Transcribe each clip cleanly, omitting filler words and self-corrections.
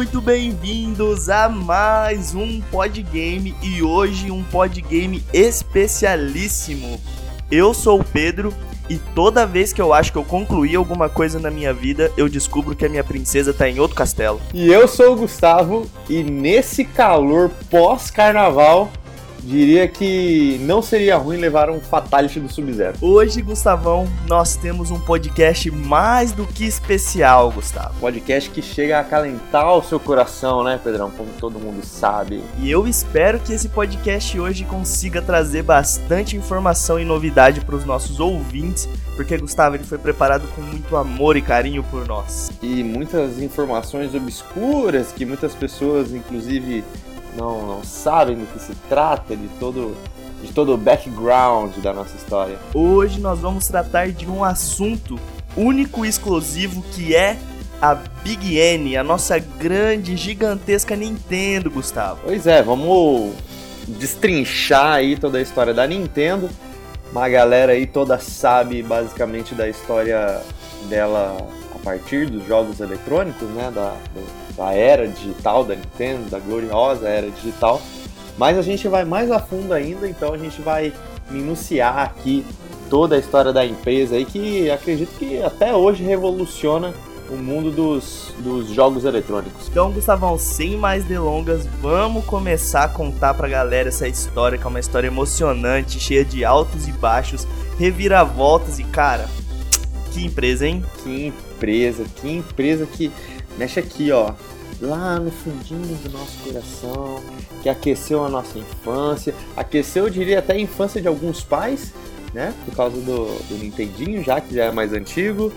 muito bem-vindos a mais um Podgame e hoje um Podgame especialíssimo. Eu sou o Pedro e toda vez que eu acho que eu concluí alguma coisa na minha vida, eu descubro que a minha princesa tá em outro castelo. E eu sou o Gustavo e nesse calor pós-carnaval, diria que não seria ruim levar um Fatality do Sub-Zero. Hoje, Gustavão, nós temos um podcast mais do que especial, Gustavo. Podcast que chega a acalentar o seu coração, né, Pedrão? Como todo mundo sabe. E eu espero que esse podcast hoje consiga trazer bastante informação e novidade para os nossos ouvintes, porque, Gustavo, ele foi preparado com muito amor e carinho por nós. E muitas informações obscuras que muitas pessoas, inclusive, não sabem do que se trata, de todo o background da nossa história. Hoje nós vamos tratar de um assunto único e exclusivo que é a Big N, a nossa grande, gigantesca Nintendo, Gustavo. Pois é, vamos destrinchar aí toda a história da Nintendo. Uma galera aí toda sabe basicamente da história dela a partir dos jogos eletrônicos, né, da era digital da Nintendo, da gloriosa era digital, mas a gente vai mais a fundo ainda, então a gente vai minuciar aqui toda a história da empresa aí, que acredito que até hoje revoluciona o mundo dos jogos eletrônicos. Então, Gustavão, sem mais delongas, vamos começar a contar pra galera essa história, que é uma história emocionante, cheia de altos e baixos, reviravoltas e, cara, que empresa, hein? Que empresa que mexe aqui, ó, lá no fundinho do nosso coração, que aqueceu a nossa infância, aqueceu, eu diria, até a infância de alguns pais, né, por causa do Nintendinho, já que já é mais antigo,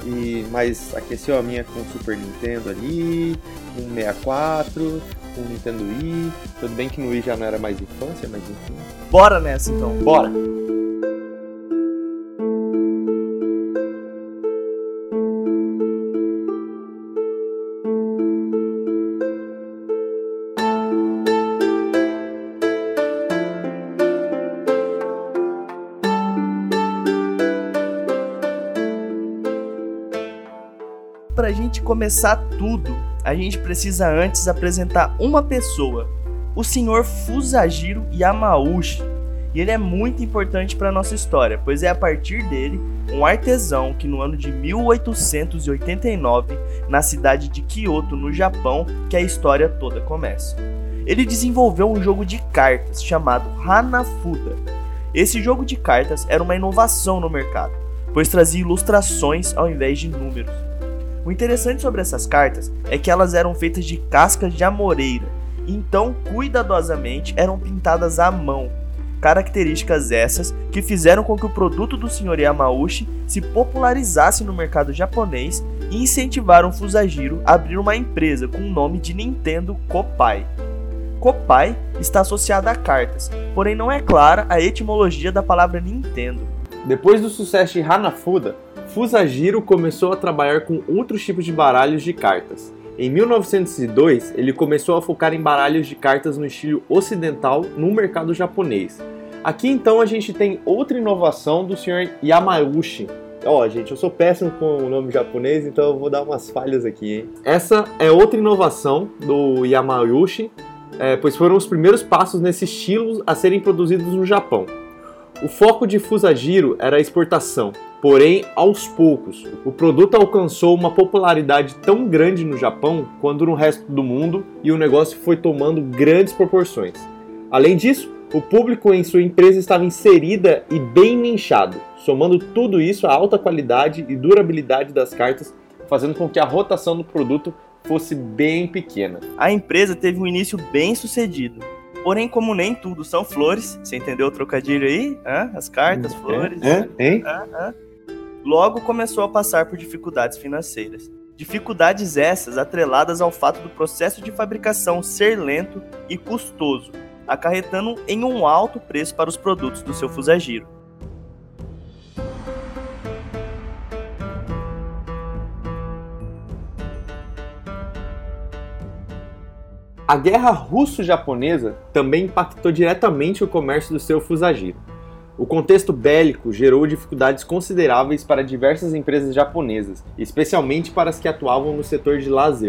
mas aqueceu a minha com o Super Nintendo ali, com o 64, com o Nintendo Wii, tudo bem que no Wii já não era mais infância, mas enfim. Bora nessa, então. Bora! Pra gente começar tudo, a gente precisa antes apresentar uma pessoa, o Sr. Fusajiro Yamauchi. E ele é muito importante para nossa história, pois é a partir dele, um artesão que no ano de 1889, na cidade de Kyoto, no Japão, que a história toda começa. Ele desenvolveu um jogo de cartas chamado Hanafuda. Esse jogo de cartas era uma inovação no mercado, pois trazia ilustrações ao invés de números. O interessante sobre essas cartas é que elas eram feitas de cascas de amoreira, então cuidadosamente eram pintadas à mão, características essas que fizeram com que o produto do Sr. Yamauchi se popularizasse no mercado japonês e incentivaram Fusajiro a abrir uma empresa com o nome de Nintendo Koppai. Koppai está associada a cartas, porém não é clara a etimologia da palavra Nintendo. Depois do sucesso de Hanafuda, Fusajiro começou a trabalhar com outros tipos de baralhos de cartas. Em 1902, ele começou a focar em baralhos de cartas no estilo ocidental no mercado japonês. Aqui então a gente tem outra inovação do Sr. Yamauchi. Gente, eu sou péssimo com o nome japonês, então eu vou dar umas falhas aqui, hein? Essa é outra inovação do Yamauchi, pois foram os primeiros passos nesse estilo a serem produzidos no Japão. O foco de Fusajiro era a exportação, porém, aos poucos, o produto alcançou uma popularidade tão grande no Japão quanto no resto do mundo e o negócio foi tomando grandes proporções. Além disso, o público em sua empresa estava inserida e bem nichado, somando tudo isso à alta qualidade e durabilidade das cartas, fazendo com que a rotação do produto fosse bem pequena. A empresa teve um início bem sucedido. Porém, como nem tudo são flores, você entendeu o trocadilho aí? As cartas, flores. Logo começou a passar por dificuldades financeiras. Dificuldades essas atreladas ao fato do processo de fabricação ser lento e custoso, acarretando em um alto preço para os produtos do seu Fusajiro. A guerra russo-japonesa também impactou diretamente o comércio do seu Fusajiro. O contexto bélico gerou dificuldades consideráveis para diversas empresas japonesas, especialmente para as que atuavam no setor de lazer.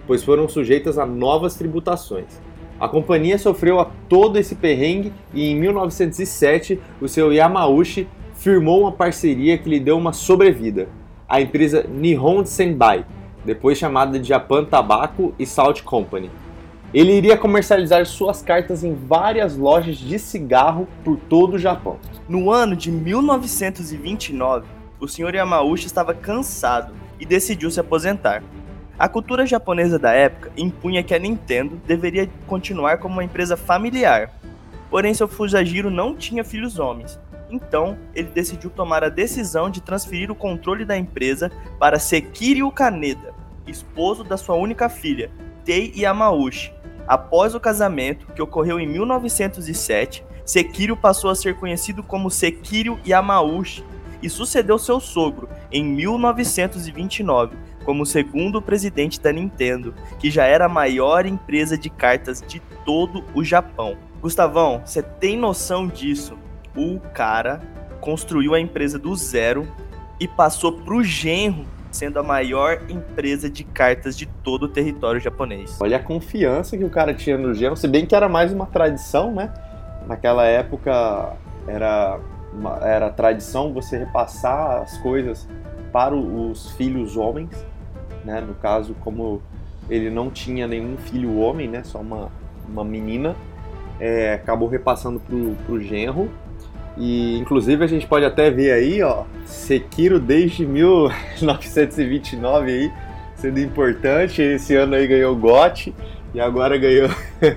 pois foram sujeitas a novas tributações. A companhia sofreu a todo esse perrengue e em 1907 o seu Yamauchi firmou uma parceria que lhe deu uma sobrevida, a empresa Nihon Senbai, depois chamada de Japan Tobacco e Salt Company. Ele iria comercializar suas cartas em várias lojas de cigarro por todo o Japão. No ano de 1929, o Sr. Yamauchi estava cansado e decidiu se aposentar. A cultura japonesa da época impunha que a Nintendo deveria continuar como uma empresa familiar. Porém, seu Fusajiro não tinha filhos homens. Então, ele decidiu tomar a decisão de transferir o controle da empresa para Sekiryu Kaneda, esposo da sua única filha, Tei Yamauchi. Após o casamento, que ocorreu em 1907, Sekiryu passou a ser conhecido como Sekiryu Yamauchi e sucedeu seu sogro em 1929 como o segundo presidente da Nintendo, que já era a maior empresa de cartas de todo o Japão. Gustavão, você tem noção disso? O cara construiu a empresa do zero e passou pro genro, sendo a maior empresa de cartas de todo o território japonês. Olha a confiança que o cara tinha no genro, se bem que era mais uma tradição, né? Naquela época era tradição você repassar as coisas para os filhos homens, né? No caso, como ele não tinha nenhum filho homem, né? Só uma menina, acabou repassando pro genro. E inclusive a gente pode até ver aí, ó, Sekiro desde 1929 aí, sendo importante. Esse ano aí ganhou o GOT e agora ganhou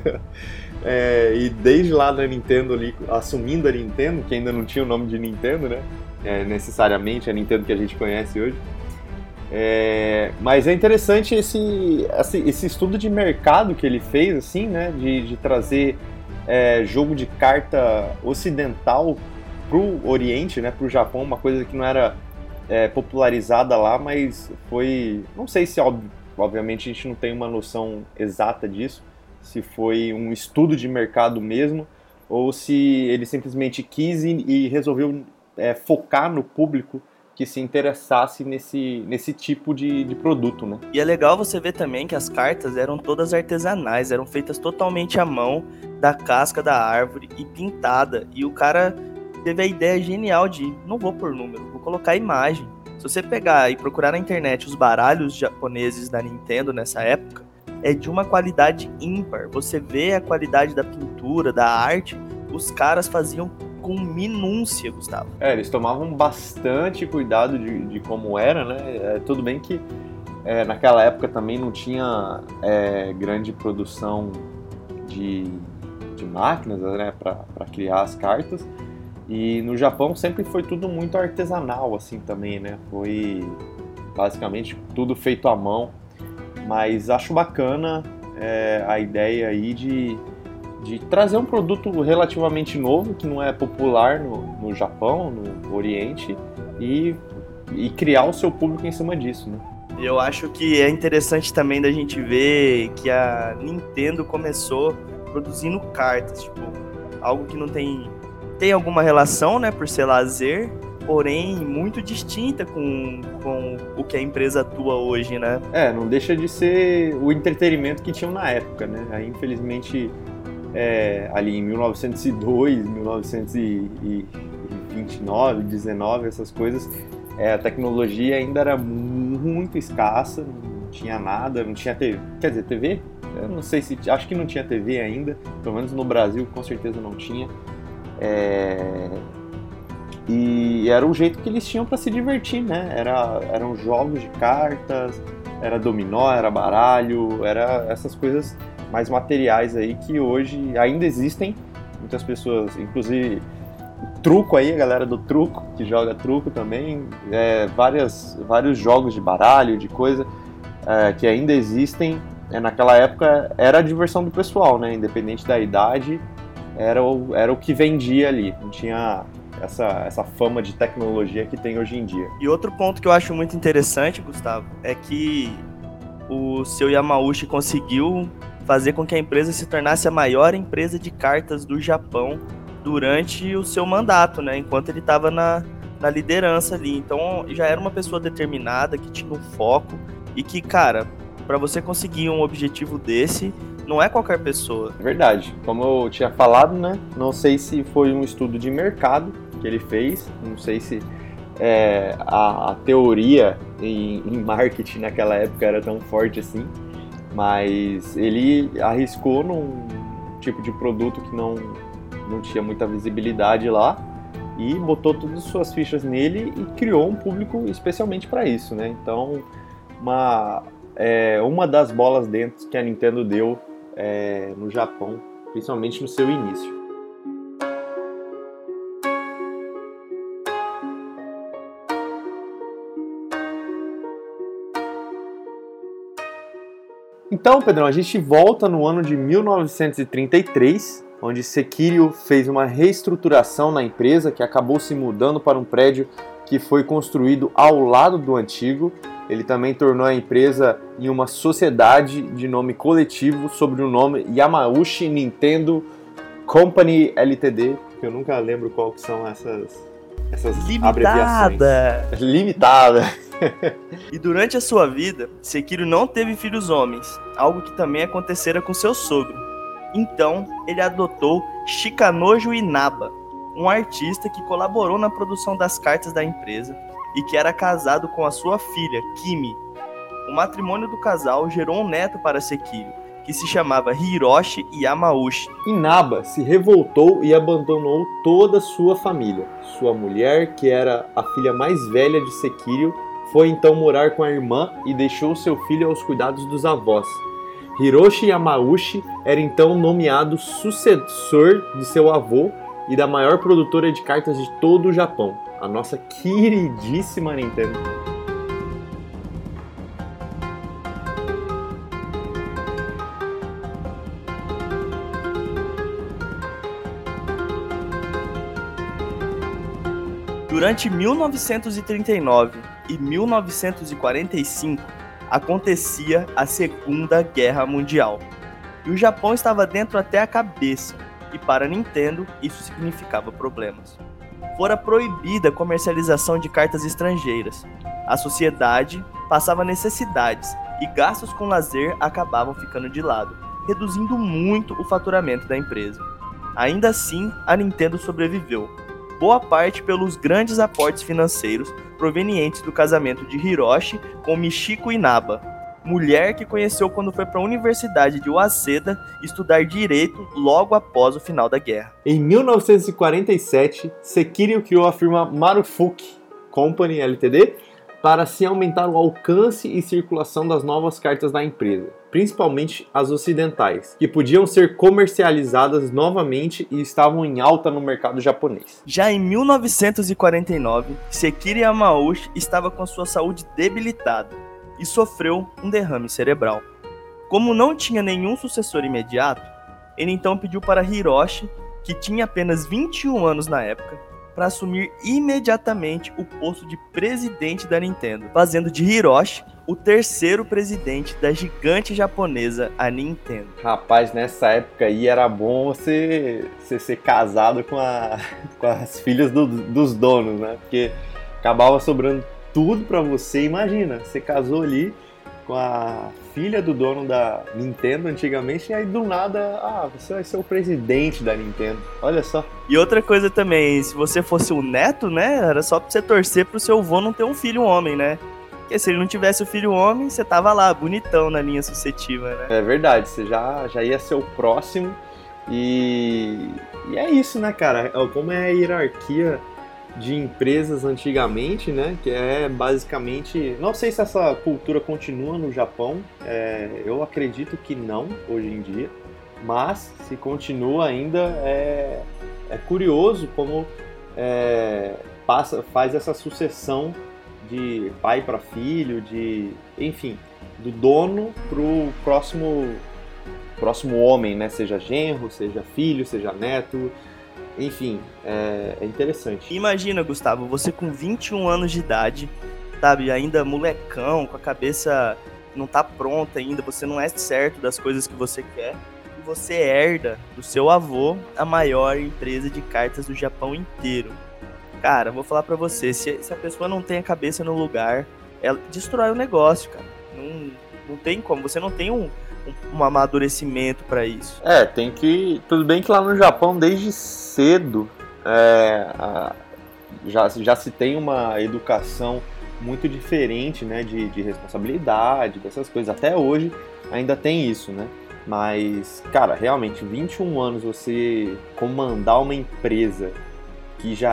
e desde lá da Nintendo ali, assumindo a Nintendo, que ainda não tinha o nome de Nintendo, né? Necessariamente a Nintendo que a gente conhece hoje. Mas é interessante esse estudo de mercado que ele fez, assim, né? De trazer jogo de carta ocidental pro Oriente, né? Pro Japão, uma coisa que não era popularizada lá, mas foi... Não sei se, obviamente, a gente não tem uma noção exata disso, se foi um estudo de mercado mesmo, ou se ele simplesmente quis e resolveu focar no público que se interessasse nesse tipo de produto, né? E é legal você ver também que as cartas eram todas artesanais, eram feitas totalmente à mão, da casca da árvore e pintada. E o cara teve a ideia genial de, não vou pôr número, vou colocar imagem. Se você pegar e procurar na internet os baralhos japoneses da Nintendo nessa época, é de uma qualidade ímpar. Você vê a qualidade da pintura, da arte, os caras faziam com minúcia, Gustavo. Eles tomavam bastante cuidado de como era, né? Tudo bem que naquela época também não tinha grande produção de máquinas, né, para criar as cartas. E no Japão sempre foi tudo muito artesanal, assim, também, né? Foi basicamente tudo feito à mão. Mas acho bacana a ideia aí de trazer um produto relativamente novo, que não é popular no Japão, no Oriente, e criar o seu público em cima disso, né? Eu acho que é interessante também da gente ver que a Nintendo começou produzindo cartas, tipo, algo que não tem alguma relação, né, por ser lazer, porém muito distinta com o que a empresa atua hoje, né? Não deixa de ser o entretenimento que tinham na época, né? Aí, infelizmente, ali em 1902, 1929, 19, essas coisas, a tecnologia ainda era muito escassa, não tinha nada, não tinha TV. Quer dizer, TV? Eu não sei acho que não tinha TV ainda, pelo menos no Brasil com certeza não tinha. E era o jeito que eles tinham para se divertir, né? Eram jogos de cartas, era dominó, era baralho, era essas coisas mais materiais aí que hoje ainda existem. Muitas pessoas, inclusive truco aí, a galera do truco, que joga truco também, vários jogos de baralho, de coisa que ainda existem. Naquela época era a diversão do pessoal, né? Independente da idade, era o que vendia ali, não tinha essa fama de tecnologia que tem hoje em dia. E outro ponto que eu acho muito interessante, Gustavo, é que o seu Yamauchi conseguiu fazer com que a empresa se tornasse a maior empresa de cartas do Japão durante o seu mandato, né? Enquanto ele estava na liderança ali. Então já era uma pessoa determinada, que tinha um foco e que, cara, Pra você conseguir um objetivo desse, não é qualquer pessoa. Verdade. Como eu tinha falado, né? Não sei se foi um estudo de mercado que ele fez, não sei se a teoria em marketing naquela época era tão forte assim, mas ele arriscou num tipo de produto que não tinha muita visibilidade lá e botou todas as suas fichas nele e criou um público especialmente para isso, né? Então, uma das bolas dentro que a Nintendo deu no Japão, principalmente no seu início. Então, Pedrão, a gente volta no ano de 1933, onde Sekiryu fez uma reestruturação na empresa que acabou se mudando para um prédio que foi construído ao lado do antigo. Ele também tornou a empresa em uma sociedade de nome coletivo sob o nome Yamauchi Nintendo Company Ltd, que eu nunca lembro qual que são essas abreviações. Limitada! E durante a sua vida, Sekiryu não teve filhos homens, algo que também acontecera com seu sogro. Então, ele adotou Shikanojo Inaba, um artista que colaborou na produção das cartas da empresa e que era casado com a sua filha, Kimi. O matrimônio do casal gerou um neto para Sekiryu, que se chamava Hiroshi Yamauchi. Inaba se revoltou e abandonou toda a sua família. Sua mulher, que era a filha mais velha de Sekiryu, foi então morar com a irmã e deixou seu filho aos cuidados dos avós. Hiroshi Yamauchi era então nomeado sucessor de seu avô e da maior produtora de cartas de todo o Japão, a nossa queridíssima Nintendo. Durante 1939 e 1945, acontecia a Segunda Guerra Mundial. E o Japão estava dentro até a cabeça, e para a Nintendo isso significava problemas. Fora proibida a comercialização de cartas estrangeiras. A sociedade passava necessidades e gastos com lazer acabavam ficando de lado, reduzindo muito o faturamento da empresa. Ainda assim, a Nintendo sobreviveu, boa parte pelos grandes aportes financeiros provenientes do casamento de Hiroshi com Michiko Inaba, mulher que conheceu quando foi para a Universidade de Waseda estudar Direito logo após o final da guerra. Em 1947, Sekiryu criou a firma Marufuki Company Ltd. Para assim aumentar o alcance e circulação das novas cartas da empresa, principalmente as ocidentais, que podiam ser comercializadas novamente e estavam em alta no mercado japonês. Já em 1949, Sekiryu Yamauchi estava com sua saúde debilitada e sofreu um derrame cerebral. Como não tinha nenhum sucessor imediato, ele então pediu para Hiroshi, que tinha apenas 21 anos na época, para assumir imediatamente o posto de presidente da Nintendo, fazendo de Hiroshi o terceiro presidente da gigante japonesa, a Nintendo. Rapaz, nessa época aí era bom você ser casado com as filhas dos donos, né? Porque acabava sobrando tudo pra você. Imagina, você casou ali com a filha do dono da Nintendo antigamente, e aí do nada, você vai ser o presidente da Nintendo. Olha só. E outra coisa também, se você fosse o neto, né, era só pra você torcer pro seu avô não ter um filho homem, né? Porque se ele não tivesse o filho homem, você tava lá, bonitão na linha sucessiva, né? É verdade, você já ia ser o próximo. E é isso, né, cara? Como é a hierarquia de empresas antigamente, né, que é basicamente, não sei se essa cultura continua no Japão, eu acredito que não hoje em dia, mas se continua ainda, é curioso como faz essa sucessão de pai para filho, enfim, do dono pro próximo homem, né, seja genro, seja filho, seja neto. Enfim, é interessante. Imagina, Gustavo, você com 21 anos de idade, sabe, ainda molecão, com a cabeça não tá pronta ainda, você não é certo das coisas que você quer, e você herda do seu avô a maior empresa de cartas do Japão inteiro. Cara, vou falar pra você, se a pessoa não tem a cabeça no lugar, ela destrói o negócio, cara. Não tem como, você não tem um amadurecimento para isso. Tem que... Tudo bem que lá no Japão, desde cedo, já se tem uma educação muito diferente, né, de responsabilidade, dessas coisas. Até hoje ainda tem isso, né? Mas, cara, realmente, 21 anos você comandar uma empresa que já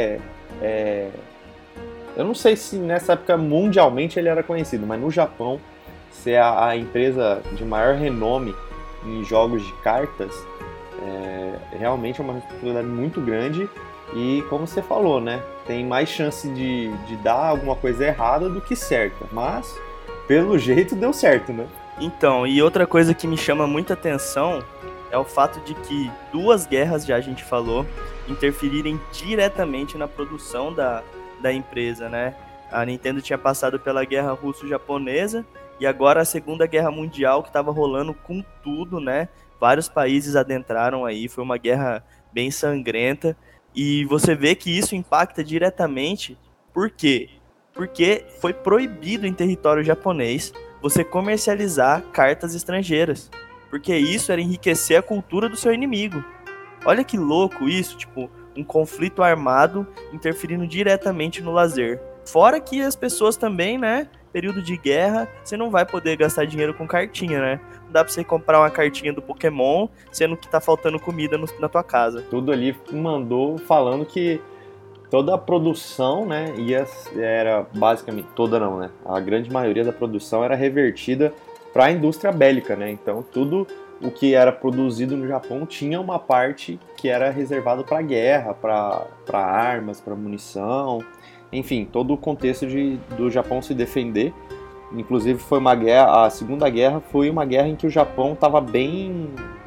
eu não sei se nessa época mundialmente ele era conhecido, mas no Japão, ser a empresa de maior renome em jogos de cartas, realmente é uma responsabilidade muito grande e, como você falou, né, tem mais chance de dar alguma coisa errada do que certa, mas pelo jeito deu certo, né? Então, e outra coisa que me chama muita atenção é o fato de que 2 guerras, já a gente falou, interferirem diretamente na produção da empresa, né? A Nintendo tinha passado pela Guerra Russo-Japonesa e agora a Segunda Guerra Mundial, que estava rolando com tudo, né? Vários países adentraram aí, foi uma guerra bem sangrenta e você vê que isso impacta diretamente. Por quê? Porque foi proibido em território japonês você comercializar cartas estrangeiras, porque isso era enriquecer a cultura do seu inimigo. Olha que louco isso, tipo, um conflito armado interferindo diretamente no lazer. Fora que as pessoas também, né, período de guerra, você não vai poder gastar dinheiro com cartinha, né? Não dá pra você comprar uma cartinha do Pokémon, sendo que tá faltando comida na tua casa. Tudo ali mandou falando que toda a produção, né, era basicamente, toda não, né, a grande maioria da produção era revertida para a indústria bélica, né, então tudo o que era produzido no Japão tinha uma parte que era reservado para guerra, para armas, para munição, enfim, todo o contexto do Japão se defender. Inclusive foi uma guerra, a Segunda Guerra foi uma guerra em que o Japão estava bem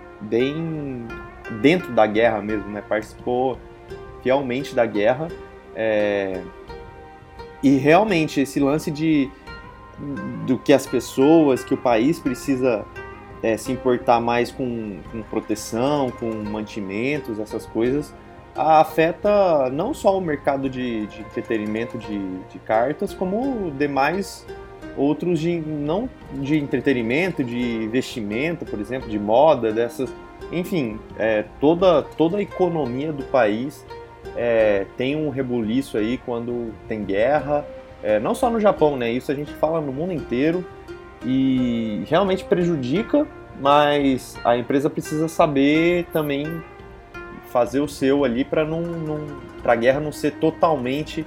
dentro da guerra mesmo, né, participou fielmente da guerra, e realmente esse lance do que as pessoas, que o país precisa se importar mais com proteção, com mantimentos, essas coisas, afeta não só o mercado de entretenimento de cartas, como demais outros não de entretenimento, de vestimento, por exemplo, de moda, dessas, enfim, toda a economia do país tem um rebuliço aí quando tem guerra, não só no Japão, né? Isso a gente fala no mundo inteiro e realmente prejudica, mas a empresa precisa saber também fazer o seu ali para a guerra não ser totalmente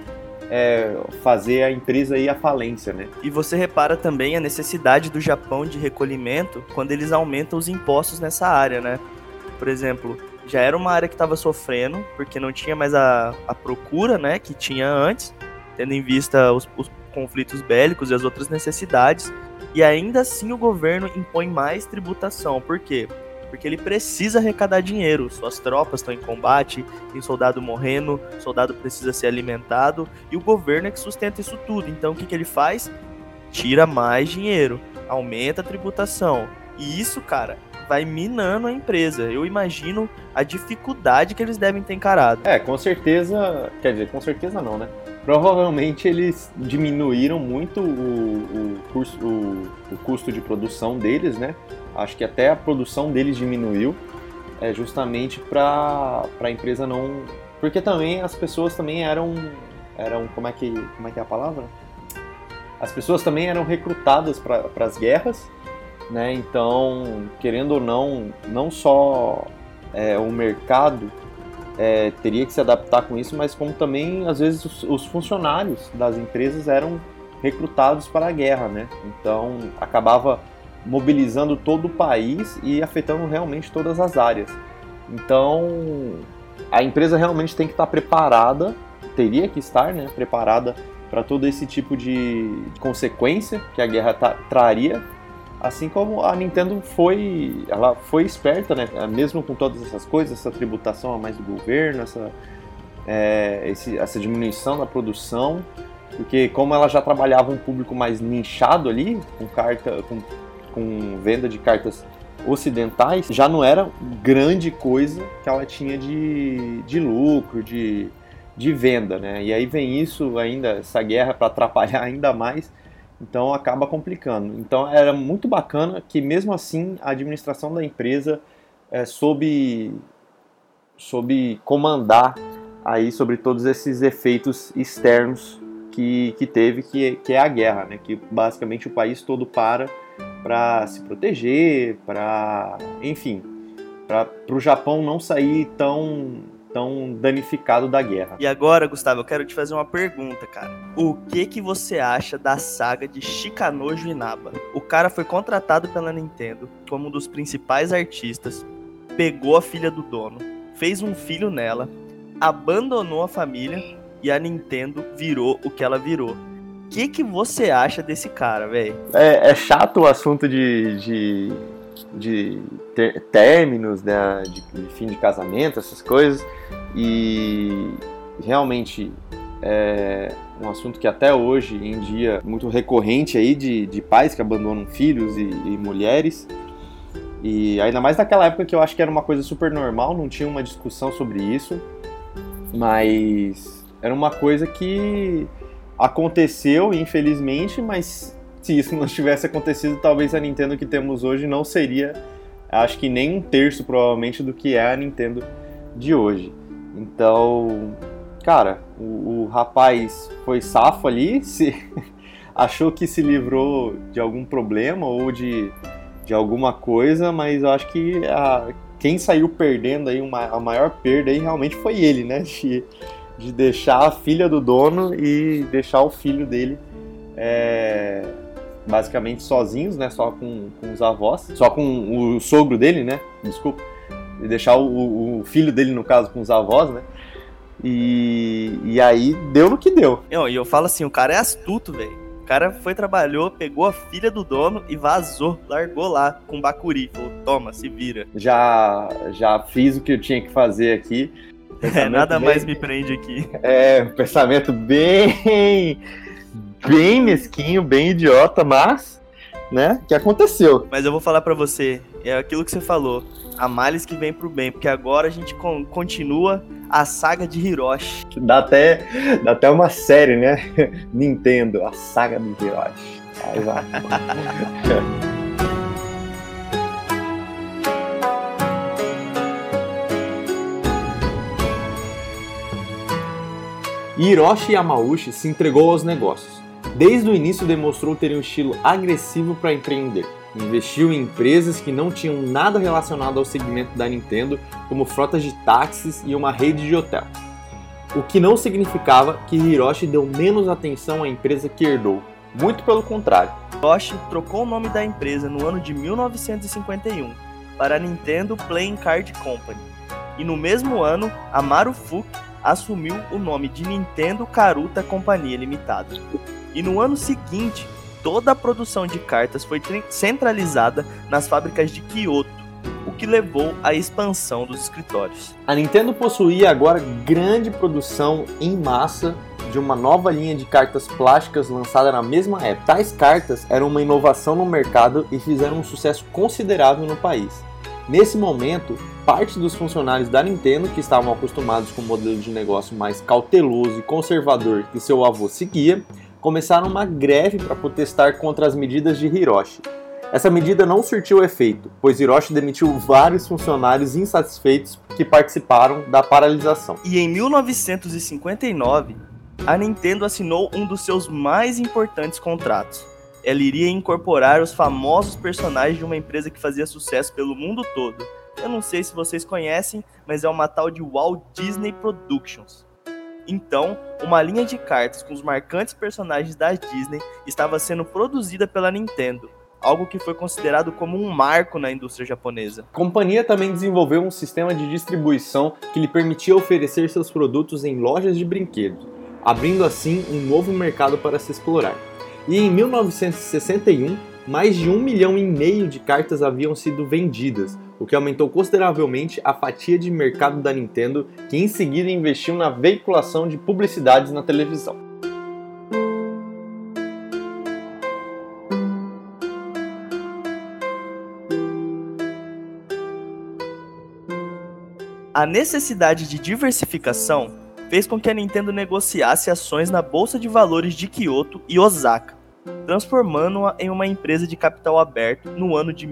fazer a empresa ir à falência, né? E você repara também a necessidade do Japão de recolhimento quando eles aumentam os impostos nessa área, né? Por exemplo, já era uma área que estava sofrendo, porque não tinha mais a procura, né, que tinha antes, tendo em vista os conflitos bélicos e as outras necessidades, e ainda assim o governo impõe mais tributação. Por quê? Porque ele precisa arrecadar dinheiro, suas tropas estão em combate, tem soldado morrendo, soldado precisa ser alimentado, e o governo é que sustenta isso tudo. Então o que ele faz? Tira mais dinheiro, aumenta a tributação, e isso, cara, vai minando a empresa. Eu imagino a dificuldade que eles devem ter encarado. Com certeza, quer dizer, com certeza não, né? Provavelmente eles diminuíram muito o custo de produção deles, né? Acho que até a produção deles diminuiu, justamente para a empresa não... Porque também as pessoas também eram como é que é a palavra? As pessoas também eram recrutadas para as guerras, né? Então, querendo ou não só o mercado teria que se adaptar com isso, mas como também, às vezes, os funcionários das empresas eram recrutados para a guerra, né? Então, acabava mobilizando todo o país e afetando realmente todas as áreas. Então, a empresa realmente tem que estar preparada, teria que estar, né, preparada para todo esse tipo de consequência que a guerra traria. Assim como a Nintendo ela foi esperta, né? Mesmo com todas essas coisas, essa tributação a mais do governo, essa diminuição da produção, porque como ela já trabalhava um público mais nichado ali, com venda de cartas ocidentais, já não era grande coisa que ela tinha de lucro, de venda, né? E aí vem isso ainda, essa guerra para atrapalhar ainda mais. Então acaba complicando. Então era muito bacana que mesmo assim a administração da empresa soube comandar aí sobre todos esses efeitos externos que teve, que é a guerra, né? Que basicamente o país todo para se proteger, enfim, para o Japão não sair tão danificado da guerra. E agora, Gustavo, eu quero te fazer uma pergunta, cara. O que você acha da saga de Shikanojo Inaba? O cara foi contratado pela Nintendo como um dos principais artistas, pegou a filha do dono, fez um filho nela, abandonou a família e a Nintendo virou o que ela virou. O que você acha desse cara, velho? É chato o assunto de términos, né, de fim de casamento, essas coisas, e realmente é um assunto que até hoje em dia é muito recorrente aí de pais que abandonam filhos e mulheres, e ainda mais naquela época que eu acho que era uma coisa super normal, não tinha uma discussão sobre isso, mas era uma coisa que aconteceu, infelizmente, mas se isso não tivesse acontecido, talvez a Nintendo que temos hoje não seria, acho que nem um terço provavelmente do que é a Nintendo de hoje. Então, cara, o rapaz foi safo ali, achou que se livrou de algum problema ou de alguma coisa, mas eu acho que quem saiu perdendo aí, a maior perda aí realmente foi ele, né? De deixar a filha do dono e deixar o filho dele basicamente sozinhos, né? Só com os avós, só com o sogro dele, né? Desculpa. E deixar o filho dele, no caso, com os avós, né? E aí deu no que deu. E eu falo assim, o cara é astuto, velho. O cara trabalhou, pegou a filha do dono e vazou, largou lá com bacuri. Falou, toma, se vira. Já fiz o que eu tinha que fazer aqui. Nada mais me prende aqui. Um pensamento bem mesquinho, bem idiota, mas, né, que aconteceu. Mas eu vou falar pra você, é aquilo que você falou, a males que vem pro bem, porque agora a gente continua a saga de Hiroshi. Dá até uma série, né? Nintendo, a saga do Hiroshi. Aí vai. Hiroshi Yamauchi se entregou aos negócios. Desde o início demonstrou ter um estilo agressivo para empreender. Investiu em empresas que não tinham nada relacionado ao segmento da Nintendo, como frotas de táxis e uma rede de hotel. O que não significava que Hiroshi deu menos atenção à empresa que herdou. Muito pelo contrário. Hiroshi trocou o nome da empresa no ano de 1951 para a Nintendo Playing Card Company. E no mesmo ano, a Marufuku assumiu o nome de Nintendo Karuta Companhia Limitada. E no ano seguinte, toda a produção de cartas foi centralizada nas fábricas de Kyoto, o que levou à expansão dos escritórios. A Nintendo possuía agora grande produção em massa de uma nova linha de cartas plásticas lançada na mesma época. Tais cartas eram uma inovação no mercado e fizeram um sucesso considerável no país. Nesse momento, parte dos funcionários da Nintendo, que estavam acostumados com um modelo de negócio mais cauteloso e conservador que seu avô seguia, começaram uma greve para protestar contra as medidas de Hiroshi. Essa medida não surtiu efeito, pois Hiroshi demitiu vários funcionários insatisfeitos que participaram da paralisação. E em 1959, a Nintendo assinou um dos seus mais importantes contratos. Ela iria incorporar os famosos personagens de uma empresa que fazia sucesso pelo mundo todo. Eu não sei se vocês conhecem, mas é uma tal de Walt Disney Productions. Então, uma linha de cartas com os marcantes personagens da Disney estava sendo produzida pela Nintendo, algo que foi considerado como um marco na indústria japonesa. A companhia também desenvolveu um sistema de distribuição que lhe permitia oferecer seus produtos em lojas de brinquedos, abrindo assim um novo mercado para se explorar. E em 1961, mais de 1,5 milhão de cartas haviam sido vendidas, o que aumentou consideravelmente a fatia de mercado da Nintendo, que em seguida investiu na veiculação de publicidades na televisão. A necessidade de diversificação fez com que a Nintendo negociasse ações na Bolsa de Valores de Kyoto e Osaka, transformando-a em uma empresa de capital aberto no ano de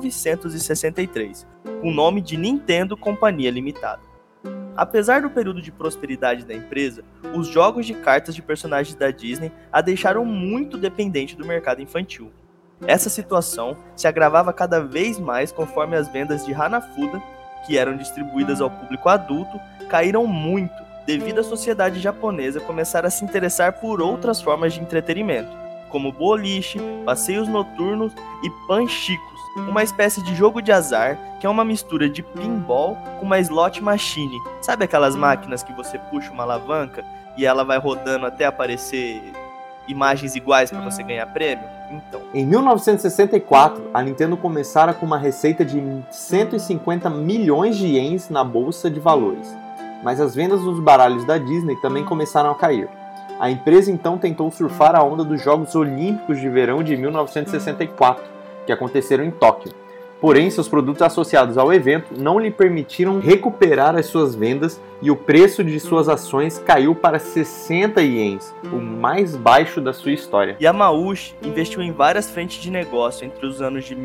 1963, com o nome de Nintendo Companhia Limitada. Apesar do período de prosperidade da empresa, os jogos de cartas de personagens da Disney a deixaram muito dependente do mercado infantil. Essa situação se agravava cada vez mais conforme as vendas de Hanafuda, que eram distribuídas ao público adulto, caíram muito devido à sociedade japonesa começar a se interessar por outras formas de entretenimento, como boliche, passeios noturnos e panchicos, uma espécie de jogo de azar que é uma mistura de pinball com uma slot machine. Sabe aquelas máquinas que você puxa uma alavanca e ela vai rodando até aparecer imagens iguais para você ganhar prêmio? Então, em 1964, a Nintendo começara com uma receita de 150 milhões de ienes na bolsa de valores, mas as vendas dos baralhos da Disney também começaram a cair. A empresa então tentou surfar a onda dos Jogos Olímpicos de Verão de 1964, que aconteceram em Tóquio. Porém, seus produtos associados ao evento não lhe permitiram recuperar as suas vendas e o preço de suas ações caiu para 60 ienes, o mais baixo da sua história. Yamauchi investiu em várias frentes de negócio entre os anos de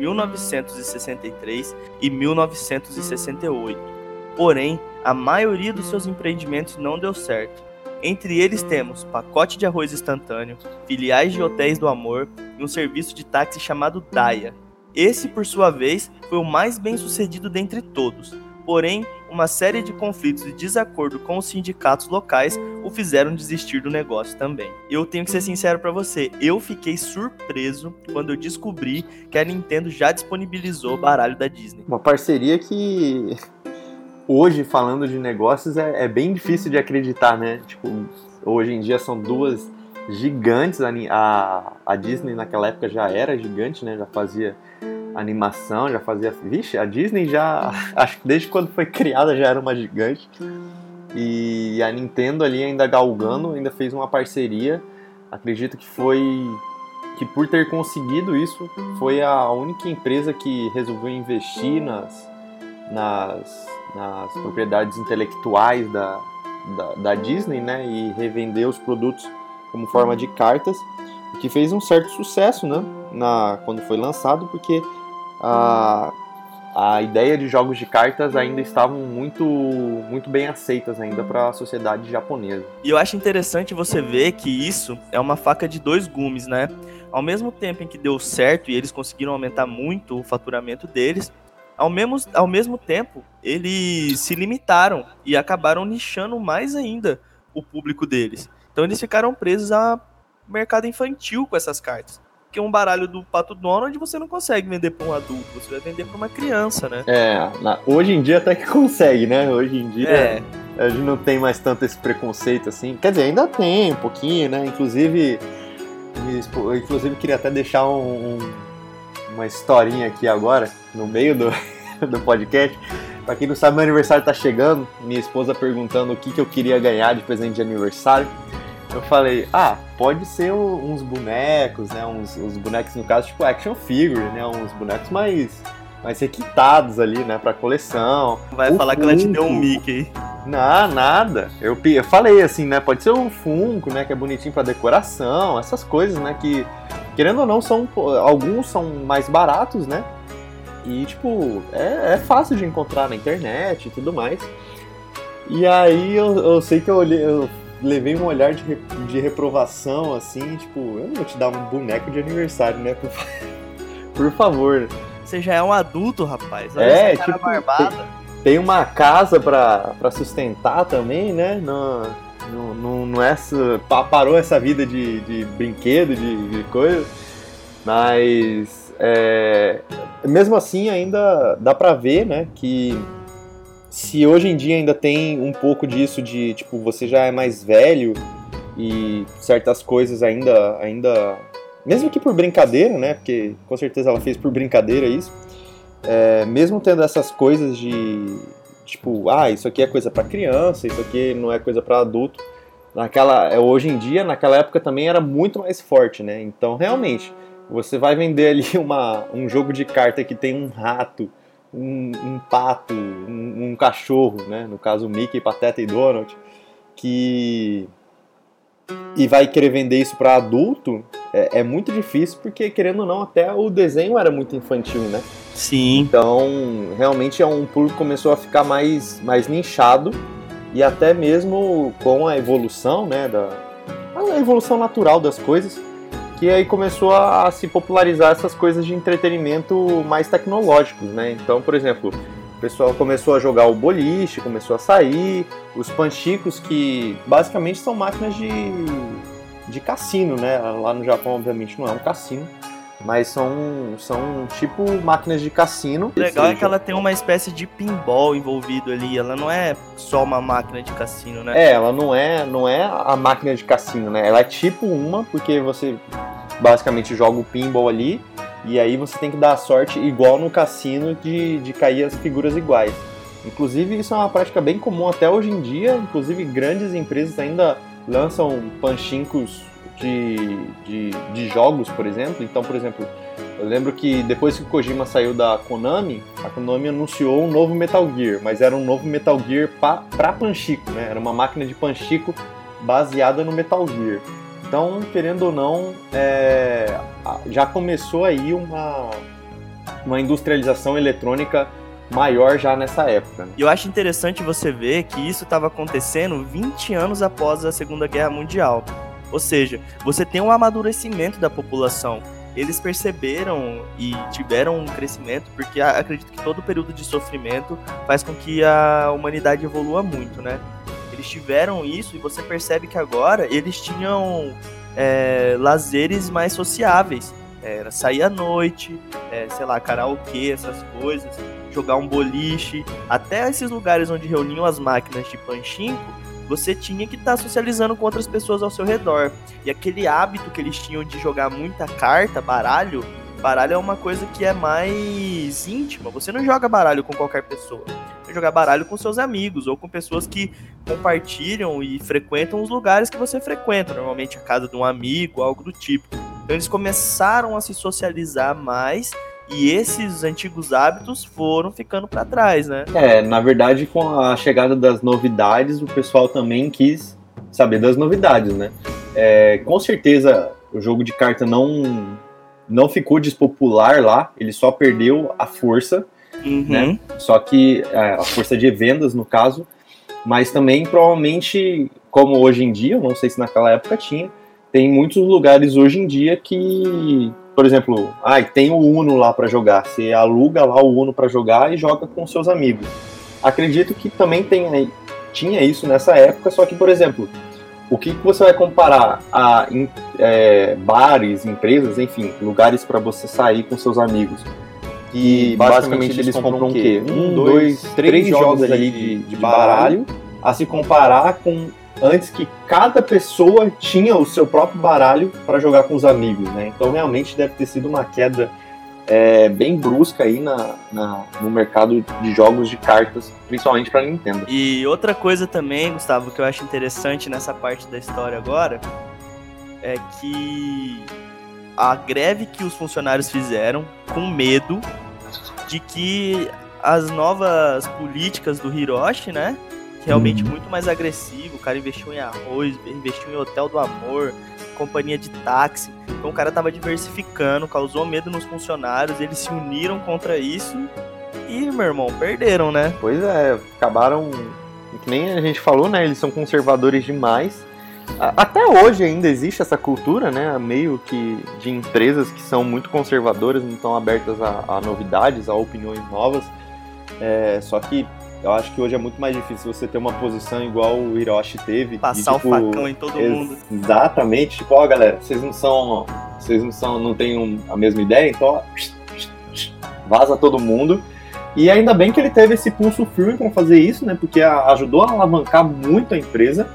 1963 e 1968. Porém, a maioria dos seus empreendimentos não deu certo. Entre eles temos pacote de arroz instantâneo, filiais de hotéis do amor e um serviço de táxi chamado Daya. Esse, por sua vez, foi o mais bem sucedido dentre todos. Porém, uma série de conflitos e desacordo com os sindicatos locais o fizeram desistir do negócio também. Eu tenho que ser sincero pra você, eu fiquei surpreso quando eu descobri que a Nintendo já disponibilizou o baralho da Disney. Uma parceria que hoje, falando de negócios, é bem difícil de acreditar, né? Tipo, hoje em dia são duas gigantes. A Disney naquela época já era gigante, né? Já fazia animação, já fazia... Vixe, a Disney já... Acho que desde quando foi criada já era uma gigante. E a Nintendo ali ainda galgando, ainda fez uma parceria. Acredito que por ter conseguido isso, foi a única empresa que resolveu investir nas propriedades intelectuais da Disney, né, e revender os produtos como forma de cartas, o que fez um certo sucesso, né, quando foi lançado, porque a ideia de jogos de cartas ainda estavam muito, muito bem aceitas ainda para a sociedade japonesa. E eu acho interessante você ver que isso é uma faca de dois gumes, né? Ao mesmo tempo em que deu certo e eles conseguiram aumentar muito o faturamento deles, ao mesmo tempo, eles se limitaram e acabaram nichando mais ainda o público deles. Então eles ficaram presos ao mercado infantil com essas cartas. Porque um baralho do Pato Donald você não consegue vender para um adulto, você vai vender para uma criança, né? Hoje em dia até que consegue, né? Hoje em dia a gente não tem mais tanto esse preconceito assim. Quer dizer, ainda tem um pouquinho, né? Inclusive queria até deixar uma historinha aqui agora, no meio do podcast. Pra quem não sabe, meu aniversário tá chegando. Minha esposa perguntando o que eu queria ganhar de presente de aniversário. Eu falei, pode ser uns bonecos, né? Uns bonecos, no caso, tipo action figure, né? Uns bonecos mais requintados ali, né? Pra coleção. Vai falar que ela te deu um Mickey. Não, nada. Eu falei assim, né? Pode ser um Funko, né? Que é bonitinho pra decoração. Essas coisas, né? Que, querendo ou não, alguns são mais baratos, né? E, tipo, é fácil de encontrar na internet e tudo mais. E aí eu sei que eu levei um olhar de reprovação, assim, tipo, eu não vou te dar um boneco de aniversário, né? Por favor. Você já é um adulto, rapaz. Olha essa cara barbada. Tem uma casa pra sustentar também, né? Não é parou essa vida de brinquedo, de coisa. Mas mesmo assim ainda dá pra ver, né, que se hoje em dia ainda tem um pouco disso de, tipo, você já é mais velho e certas coisas ainda mesmo que por brincadeira, né, porque com certeza ela fez por brincadeira isso, mesmo tendo essas coisas de, tipo, isso aqui é coisa pra criança, isso aqui não é coisa pra adulto, hoje em dia, naquela época também era muito mais forte, né, então realmente, você vai vender ali um jogo de carta que tem um rato, um pato, um cachorro, né? No caso Mickey, Pateta e Donald, e vai querer vender isso para adulto, é muito difícil, porque, querendo ou não, até o desenho era muito infantil, né? Sim. Então, realmente um público começou a ficar mais nichado, e até mesmo com a evolução, né, a evolução natural das coisas, que aí começou a se popularizar essas coisas de entretenimento mais tecnológicos, né? Então, por exemplo, o pessoal começou a jogar o boliche, começou a sair, os panchikos, que basicamente são máquinas de cassino, né? Lá no Japão, obviamente, não é um cassino, mas são tipo máquinas de cassino. O legal é que ela tem uma espécie de pinball envolvido ali, ela não é só uma máquina de cassino, né? Ela não é a máquina de cassino, né? Ela é tipo uma, porque você basicamente joga o pinball ali, e aí você tem que dar a sorte, igual no cassino, de cair as figuras iguais. Inclusive, isso é uma prática bem comum até hoje em dia, inclusive grandes empresas ainda lançam panchinkos de jogos, por exemplo. Então, por exemplo, eu lembro que depois que o Kojima saiu da Konami, a Konami anunciou um novo Metal Gear, mas era um novo Metal Gear para panchiko, né? Era uma máquina de panchiko baseada no Metal Gear. Então, querendo ou não, já começou aí uma industrialização eletrônica maior já nessa época, né? E eu acho interessante você ver que isso estava acontecendo 20 anos após a Segunda Guerra Mundial. Ou seja, você tem um amadurecimento da população. Eles perceberam e tiveram um crescimento, porque acredito que todo período de sofrimento faz com que a humanidade evolua muito, né? Eles tiveram isso e você percebe que agora eles tinham lazeres mais sociáveis. Era sair à noite, sei lá, karaokê, essas coisas, jogar um boliche. Até esses lugares onde reuniam as máquinas de panchinko, você tinha que estar socializando com outras pessoas ao seu redor. E aquele hábito que eles tinham de jogar muita carta, baralho é uma coisa que é mais íntima. Você não joga baralho com qualquer pessoa. Você joga baralho com seus amigos ou com pessoas que compartilham e frequentam os lugares que você frequenta. Normalmente a casa de um amigo, algo do tipo. Então eles começaram a se socializar mais e esses antigos hábitos foram ficando para trás, né? Na verdade, com a chegada das novidades, o pessoal também quis saber das novidades, né? Com certeza, o jogo de carta não ficou despopular lá, ele só perdeu a força, né? Só que a força de vendas, no caso, mas também, provavelmente, como hoje em dia, eu não sei se naquela época tinha, tem muitos lugares hoje em dia que, por exemplo, tem o Uno lá para jogar. Você aluga lá o Uno para jogar e joga com seus amigos. Acredito que também tinha isso nessa época, só que, por exemplo, o que você vai comparar a bares, empresas, enfim, lugares para você sair com seus amigos, que basicamente eles compram o quê? 1, 2, 3 jogos ali de baralho, a se comparar com antes, que cada pessoa tinha o seu próprio baralho para jogar com os amigos, né? Então realmente deve ter sido uma queda bem brusca aí no mercado de jogos de cartas, principalmente para Nintendo. E outra coisa também, Gustavo, que eu acho interessante nessa parte da história agora, é que a greve que os funcionários fizeram, com medo de que as novas políticas do Hiroshi, né, realmente muito mais agressivo, o cara investiu em arroz, investiu em hotel do amor, companhia de táxi, então o cara tava diversificando, causou medo nos funcionários, eles se uniram contra isso e, meu irmão, perderam, né? Pois acabaram, que nem a gente falou, né, eles são conservadores demais. Até hoje ainda existe essa cultura, né, meio que de empresas que são muito conservadoras, não estão abertas a novidades, a opiniões novas, só que eu acho que hoje é muito mais difícil você ter uma posição igual o Hiroshi teve. Passar o facão em todo mundo. Exatamente. Tipo, galera, vocês não têm a mesma ideia, então vaza todo mundo. E ainda bem que ele teve esse pulso firme para fazer isso, né? Porque ajudou a alavancar muito a empresa.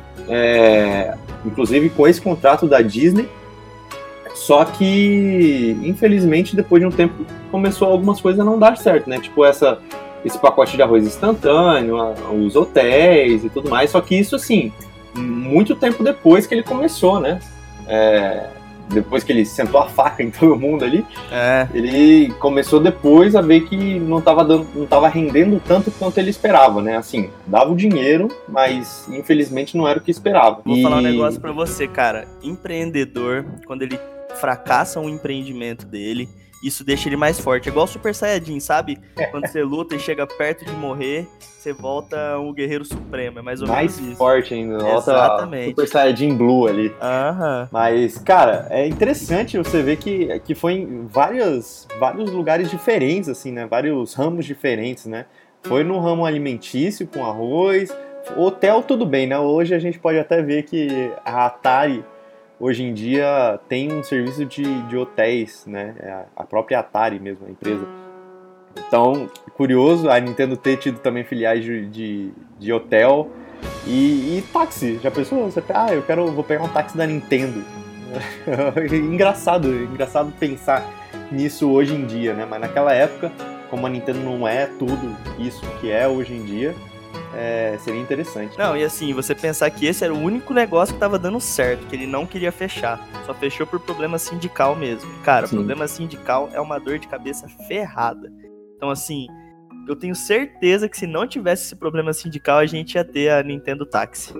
Inclusive com esse contrato da Disney. Só que, infelizmente, depois de um tempo, começou algumas coisas a não dar certo, né? Tipo, esse pacote de arroz instantâneo, os hotéis e tudo mais, só que isso, assim, muito tempo depois que ele começou, né? depois que ele sentou a faca em todo mundo ali, É. ele começou depois a ver que não tava rendendo tanto quanto ele esperava, né? Assim, dava o dinheiro, mas infelizmente não era o que esperava. Vou falar um negócio pra você, cara. Empreendedor, quando ele fracassa um empreendimento dele, isso deixa ele mais forte. É igual o Super Saiyajin, sabe? Quando você luta e chega perto de morrer, você volta um guerreiro supremo. É mais ou menos isso. Mais forte ainda. Volta Exatamente. Super Saiyajin Blue ali. Aham. Mas, cara, é interessante você ver que foi em vários lugares diferentes, assim, né? Vários ramos diferentes, né? Foi no ramo alimentício, com arroz. Hotel, tudo bem, né? Hoje a gente pode até ver que a Atari, hoje em dia, tem um serviço de hotéis, né? A própria Atari mesmo, a empresa. Então, curioso a Nintendo ter tido também filiais de hotel e táxi. Já pensou? Você, vou pegar um táxi da Nintendo. Engraçado pensar nisso hoje em dia, né? Mas naquela época, como a Nintendo não é tudo isso que é hoje em dia, seria interessante. Não, e assim, você pensar que esse era o único negócio que tava dando certo, que ele não queria fechar. Só fechou por problema sindical mesmo. Cara, Sim. Problema sindical é uma dor de cabeça ferrada. Então, assim, eu tenho certeza que se não tivesse esse problema sindical, a gente ia ter a Nintendo Táxi.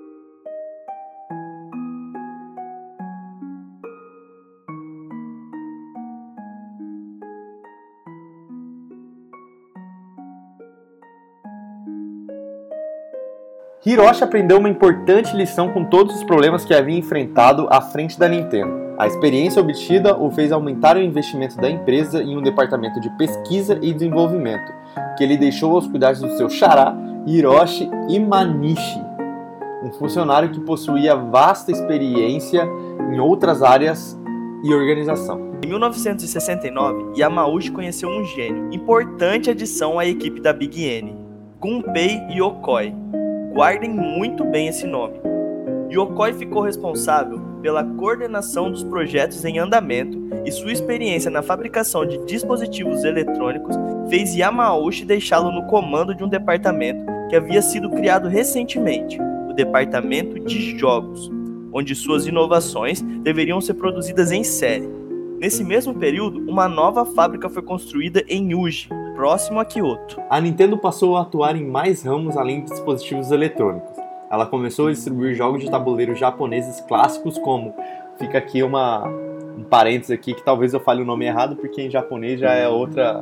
Hiroshi aprendeu uma importante lição com todos os problemas que havia enfrentado à frente da Nintendo. A experiência obtida o fez aumentar o investimento da empresa em um departamento de pesquisa e desenvolvimento, que ele deixou aos cuidados do seu xará, Hiroshi Imanishi, um funcionário que possuía vasta experiência em outras áreas e organização. Em 1969, Yamauchi conheceu um gênio, importante adição à equipe da Big N, Gunpei Yokoi. Guardem muito bem esse nome. Yokoi ficou responsável pela coordenação dos projetos em andamento e sua experiência na fabricação de dispositivos eletrônicos fez Yamauchi deixá-lo no comando de um departamento que havia sido criado recentemente, o Departamento de Jogos, onde suas inovações deveriam ser produzidas em série. Nesse mesmo período, uma nova fábrica foi construída em Uji, próximo a Kyoto. A Nintendo passou a atuar em mais ramos além de dispositivos eletrônicos. Ela começou a distribuir jogos de tabuleiro japoneses clássicos como... Fica aqui um parênteses aqui que talvez eu fale o nome errado porque em japonês já é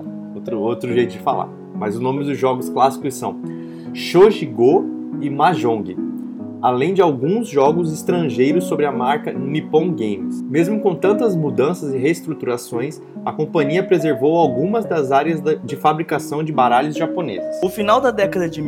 outro jeito de falar. Mas os nomes dos jogos clássicos são Shoji-Go e Mahjong, além de alguns jogos estrangeiros sobre a marca Nippon Games. Mesmo com tantas mudanças e reestruturações, a companhia preservou algumas das áreas de fabricação de baralhos japoneses. O final da década de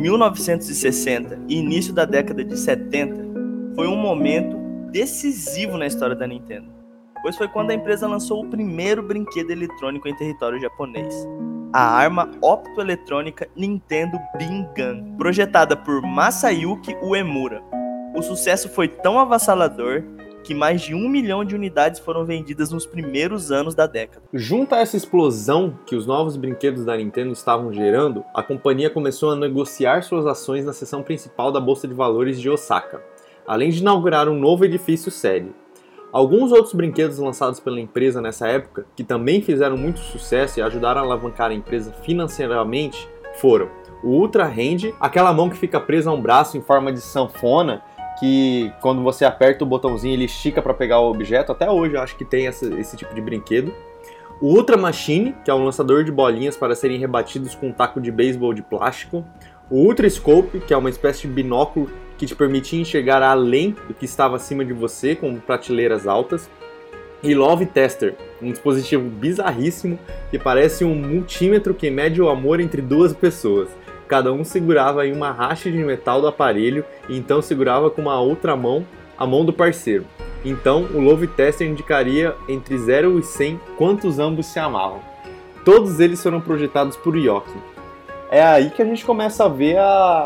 1960 e início da década de 70 foi um momento decisivo na história da Nintendo, pois foi quando a empresa lançou o primeiro brinquedo eletrônico em território japonês, a arma optoeletrônica Nintendo Bingan, projetada por Masayuki Uemura. O sucesso foi tão avassalador que mais de 1 milhão de unidades foram vendidas nos primeiros anos da década. Junto a essa explosão que os novos brinquedos da Nintendo estavam gerando, a companhia começou a negociar suas ações na seção principal da Bolsa de Valores de Osaka, além de inaugurar um novo edifício sede. Alguns outros brinquedos lançados pela empresa nessa época, que também fizeram muito sucesso e ajudaram a alavancar a empresa financeiramente, foram o Ultra Hand, aquela mão que fica presa a um braço em forma de sanfona, que quando você aperta o botãozinho ele estica para pegar o objeto. Até hoje eu acho que tem esse tipo de brinquedo. O Ultra Machine, que é um lançador de bolinhas para serem rebatidos com um taco de beisebol de plástico. O Ultra Scope, que é uma espécie de binóculo que te permitia enxergar além do que estava acima de você, com prateleiras altas. E Love Tester, um dispositivo bizarríssimo que parece um multímetro que mede o amor entre duas pessoas. Cada um segurava em uma haste de metal do aparelho e então segurava com uma outra mão a mão do parceiro. Então o Love Tester indicaria entre 0 e 100 quantos ambos se amavam. Todos eles foram projetados por Yoki. É aí que a gente começa a ver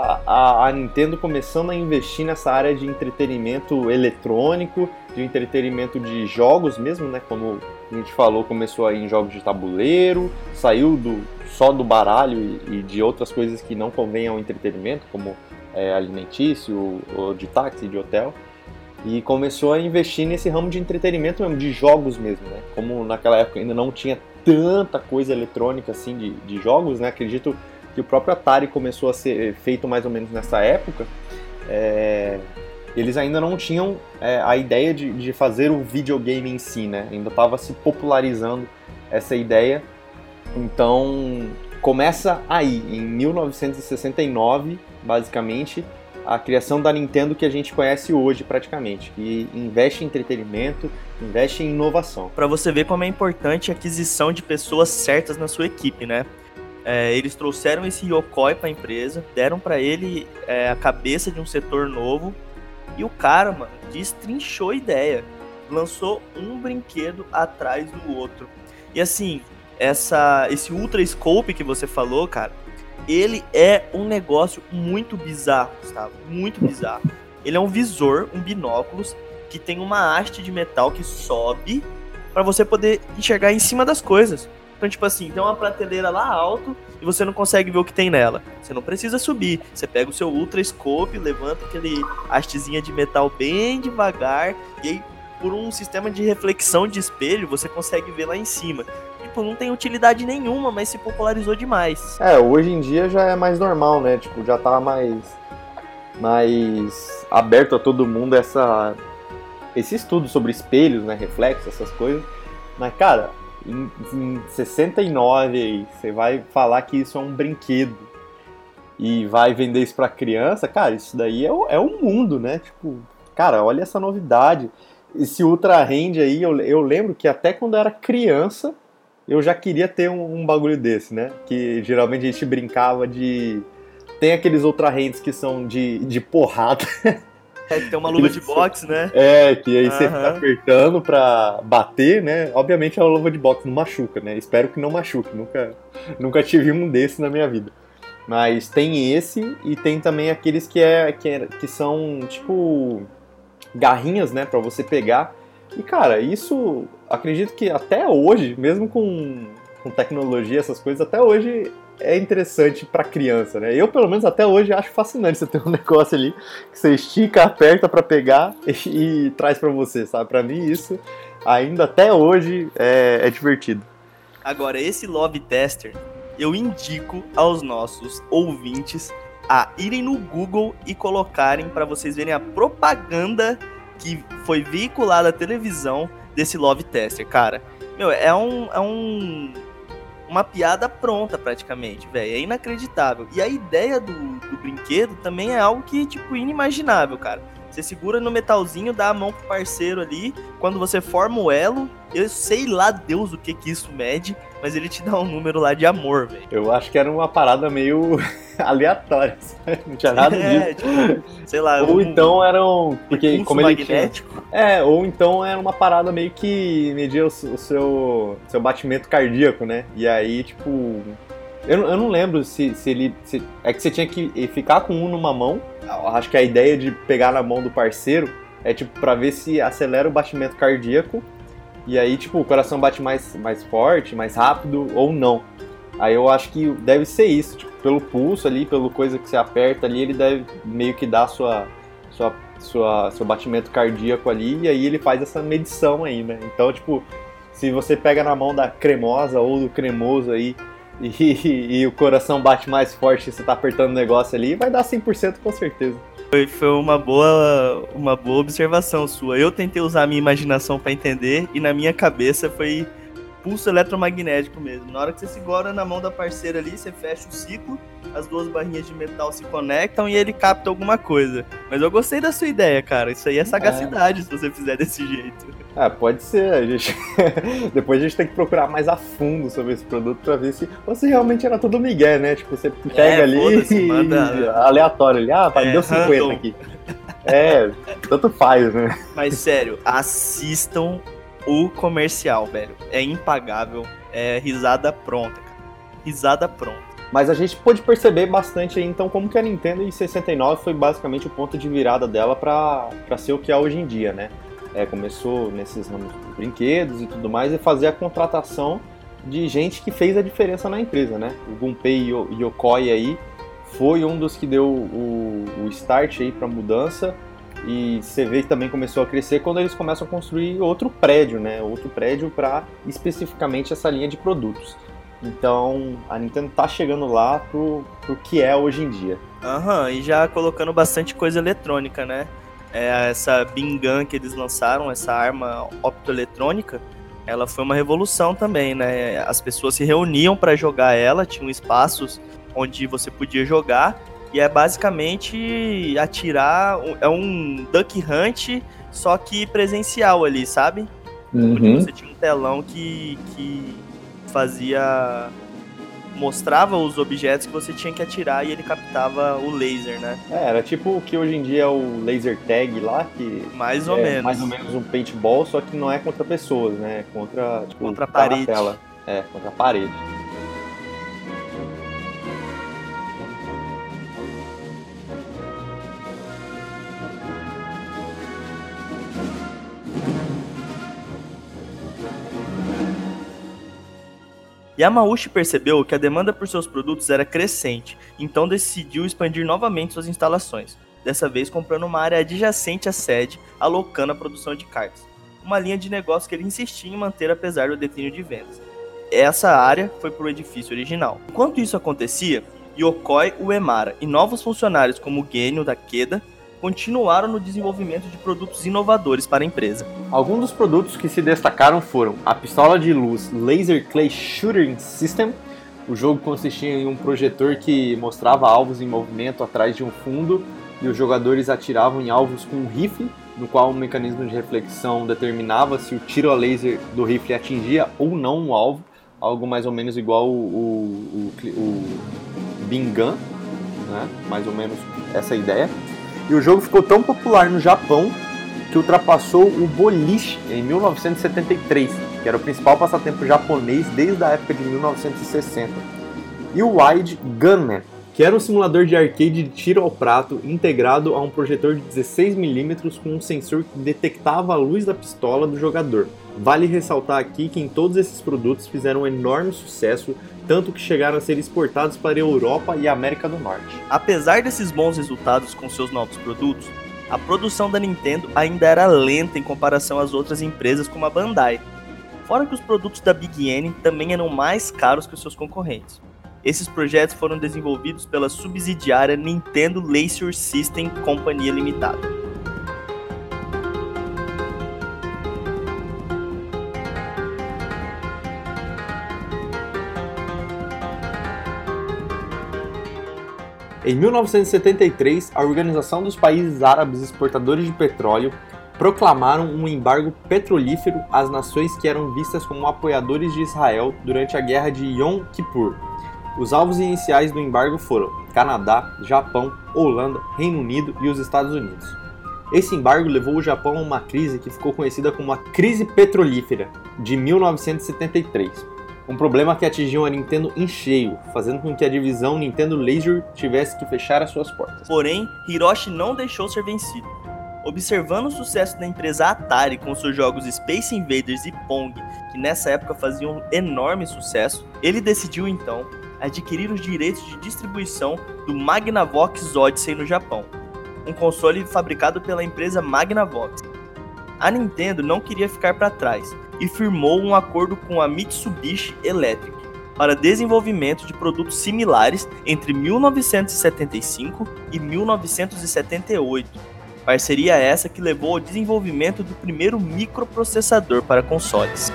a Nintendo começando a investir nessa área de entretenimento eletrônico, de entretenimento de jogos mesmo, né? Como a gente falou, começou aí em jogos de tabuleiro, saiu só do baralho e de outras coisas que não convêm ao entretenimento, como alimentício, ou de táxi, de hotel. e começou a investir nesse ramo de entretenimento mesmo, de jogos mesmo, né? Como naquela época ainda não tinha tanta coisa eletrônica assim de jogos, né? Acredito que o próprio Atari começou a ser feito mais ou menos nessa época. Eles ainda não tinham a ideia de fazer o videogame em si, né? Ainda estava se popularizando essa ideia. Então, começa aí, em 1969, basicamente, a criação da Nintendo que a gente conhece hoje, praticamente, que investe em entretenimento, investe em inovação. Para você ver como é importante a aquisição de pessoas certas na sua equipe, né? Eles trouxeram esse Yokoi para a empresa, deram para ele a cabeça de um setor novo, e o cara, mano, destrinchou a ideia, lançou um brinquedo atrás do outro. E assim, esse Ultra Scope que você falou, cara, ele é um negócio muito bizarro, Gustavo, muito bizarro. Ele é um visor, um binóculos, que tem uma haste de metal que sobe para você poder enxergar em cima das coisas. Então, tipo assim, tem uma prateleira lá alto e você não consegue ver o que tem nela. Você não precisa subir. Você pega o seu Ultra Scope, levanta aquele hastezinha de metal bem devagar e aí, por um sistema de reflexão de espelho, você consegue ver lá em cima. Tipo, não tem utilidade nenhuma, mas se popularizou demais. Hoje em dia já é mais normal, né? Tipo, já tá mais aberto a todo mundo esse estudo sobre espelhos, né? Reflexos, essas coisas. Mas, cara, em 69 aí, você vai falar que isso é um brinquedo e vai vender isso pra criança, cara, isso daí é um mundo, né? Tipo, cara, olha essa novidade. Esse Ultra Hand aí, eu lembro que até quando eu era criança, eu já queria ter um bagulho desse, né? Que geralmente a gente brincava de... Tem aqueles Ultra Hands que são de porrada. Que tem uma luva de boxe, né? Que aí você fica apertando pra bater, né? Obviamente a luva de boxe não machuca, né? Espero que não machuque. Nunca tive um desse na minha vida. Mas tem esse e tem também aqueles que são tipo garrinhas, né? Pra você pegar. E cara, isso acredito que até hoje, mesmo com tecnologia, essas coisas, até hoje é interessante pra criança, né? Eu, pelo menos, até hoje acho fascinante você ter um negócio ali que você estica, aperta pra pegar e traz pra você, sabe? Pra mim, isso ainda até hoje é divertido. Agora, esse Love Tester, eu indico aos nossos ouvintes a irem no Google e colocarem pra vocês verem a propaganda que foi veiculada à televisão desse Love Tester, cara. Meu, uma piada pronta praticamente, velho. É inacreditável. E a ideia do brinquedo também é algo que, tipo, inimaginável, cara. Você segura no metalzinho, dá a mão pro parceiro ali. Quando você forma o elo, eu sei lá Deus o que isso mede, mas ele te dá um número lá de amor, velho. Eu acho que era uma parada meio aleatória, não tinha nada disso. Tipo, sei lá. Ou então eram... Porque como ele magnético. ou então era uma parada meio que media o seu batimento cardíaco, né? E aí, tipo... Eu não lembro se ele... É que você tinha que ficar com um numa mão. Acho que a ideia de pegar na mão do parceiro é, tipo, pra ver se acelera o batimento cardíaco. E aí, tipo, o coração bate mais forte, mais rápido ou não. Aí eu acho que deve ser isso. Tipo, pelo pulso ali, pela coisa que você aperta ali, ele deve meio que dar seu batimento cardíaco ali. E aí ele faz essa medição aí, né? Então, tipo, se você pega na mão da cremosa ou do cremoso aí, e o coração bate mais forte e você tá apertando o negócio ali, vai dar 100% com certeza. Foi uma boa observação sua. Eu tentei usar a minha imaginação pra entender e na minha cabeça foi pulso eletromagnético mesmo. Na hora que você segura na mão da parceira ali, você fecha o ciclo, as duas barrinhas de metal se conectam e ele capta alguma coisa. Mas eu gostei da sua ideia, cara. Isso aí é sagacidade se você fizer desse jeito. Pode ser. Depois a gente tem que procurar mais a fundo sobre esse produto pra ver se realmente era tudo migué, né? Tipo, você pega ali e manda aleatório ali. Deu 50 random aqui. Tanto faz, né? Mas sério, assistam o comercial, velho. É impagável. É risada pronta, cara. Risada pronta. Mas a gente pôde perceber bastante aí, então, como que a Nintendo em 69 foi basicamente o ponto de virada dela pra ser o que é hoje em dia, né? Começou nesses ramos de brinquedos e tudo mais, e fazer a contratação de gente que fez a diferença na empresa, né? O Gunpei Yokoi aí foi um dos que deu o start aí pra mudança. E você vê que também começou a crescer quando eles começam a construir outro prédio, né? Outro prédio para especificamente essa linha de produtos. Então a Nintendo tá chegando lá pro que é hoje em dia. E já colocando bastante coisa eletrônica, né? Essa Bingun que eles lançaram, essa arma optoeletrônica, ela foi uma revolução também, né? As pessoas se reuniam para jogar ela, tinham espaços onde você podia jogar, e é basicamente atirar, é um Duck Hunt, só que presencial ali, sabe? Onde você tinha um telão que mostrava os objetos que você tinha que atirar e ele captava o laser, né? Era tipo o que hoje em dia é o laser tag lá, que mais ou menos. Mais ou menos um paintball, só que não é contra pessoas, né? Contra a parede. Contra a parede. Yamauchi percebeu que a demanda por seus produtos era crescente, então decidiu expandir novamente suas instalações, dessa vez comprando uma área adjacente à sede, alocando a produção de cartas, uma linha de negócio que ele insistia em manter apesar do declínio de vendas. Essa área foi para o edifício original. Enquanto isso acontecia, Yokoi Uemara e novos funcionários como Genyo Takeda continuaram no desenvolvimento de produtos inovadores para a empresa. Alguns dos produtos que se destacaram foram a pistola de luz Laser Clay Shooting System. O jogo consistia em um projetor que mostrava alvos em movimento atrás de um fundo e os jogadores atiravam em alvos com um rifle, no qual um mecanismo de reflexão determinava se o tiro a laser do rifle atingia ou não o alvo, algo mais ou menos igual o Bingun, né? Mais ou menos essa ideia. E o jogo ficou tão popular no Japão que ultrapassou o boliche em 1973, que era o principal passatempo japonês desde a época de 1960. E o Wide Gunman, que era um simulador de arcade de tiro ao prato integrado a um projetor de 16mm com um sensor que detectava a luz da pistola do jogador. Vale ressaltar aqui que em todos esses produtos fizeram um enorme sucesso, tanto que chegaram a ser exportados para a Europa e a América do Norte. Apesar desses bons resultados com seus novos produtos, a produção da Nintendo ainda era lenta em comparação às outras empresas como a Bandai. Fora que os produtos da Big N também eram mais caros que os seus concorrentes. Esses projetos foram desenvolvidos pela subsidiária Nintendo Leisure System Companhia Limitada. Em 1973, a Organização dos Países Árabes Exportadores de Petróleo proclamaram um embargo petrolífero às nações que eram vistas como apoiadores de Israel durante a Guerra de Yom Kippur. Os alvos iniciais do embargo foram Canadá, Japão, Holanda, Reino Unido e os Estados Unidos. Esse embargo levou o Japão a uma crise que ficou conhecida como a Crise Petrolífera de 1973. Um problema que atingiu a Nintendo em cheio, fazendo com que a divisão Nintendo Leisure tivesse que fechar as suas portas. Porém, Hiroshi não deixou ser vencido. Observando o sucesso da empresa Atari com seus jogos Space Invaders e Pong, que nessa época faziam um enorme sucesso, ele decidiu então adquirir os direitos de distribuição do Magnavox Odyssey no Japão, um console fabricado pela empresa Magnavox. A Nintendo não queria ficar para trás e firmou um acordo com a Mitsubishi Electric para desenvolvimento de produtos similares entre 1975 e 1978. Parceria essa que levou ao desenvolvimento do primeiro microprocessador para consoles.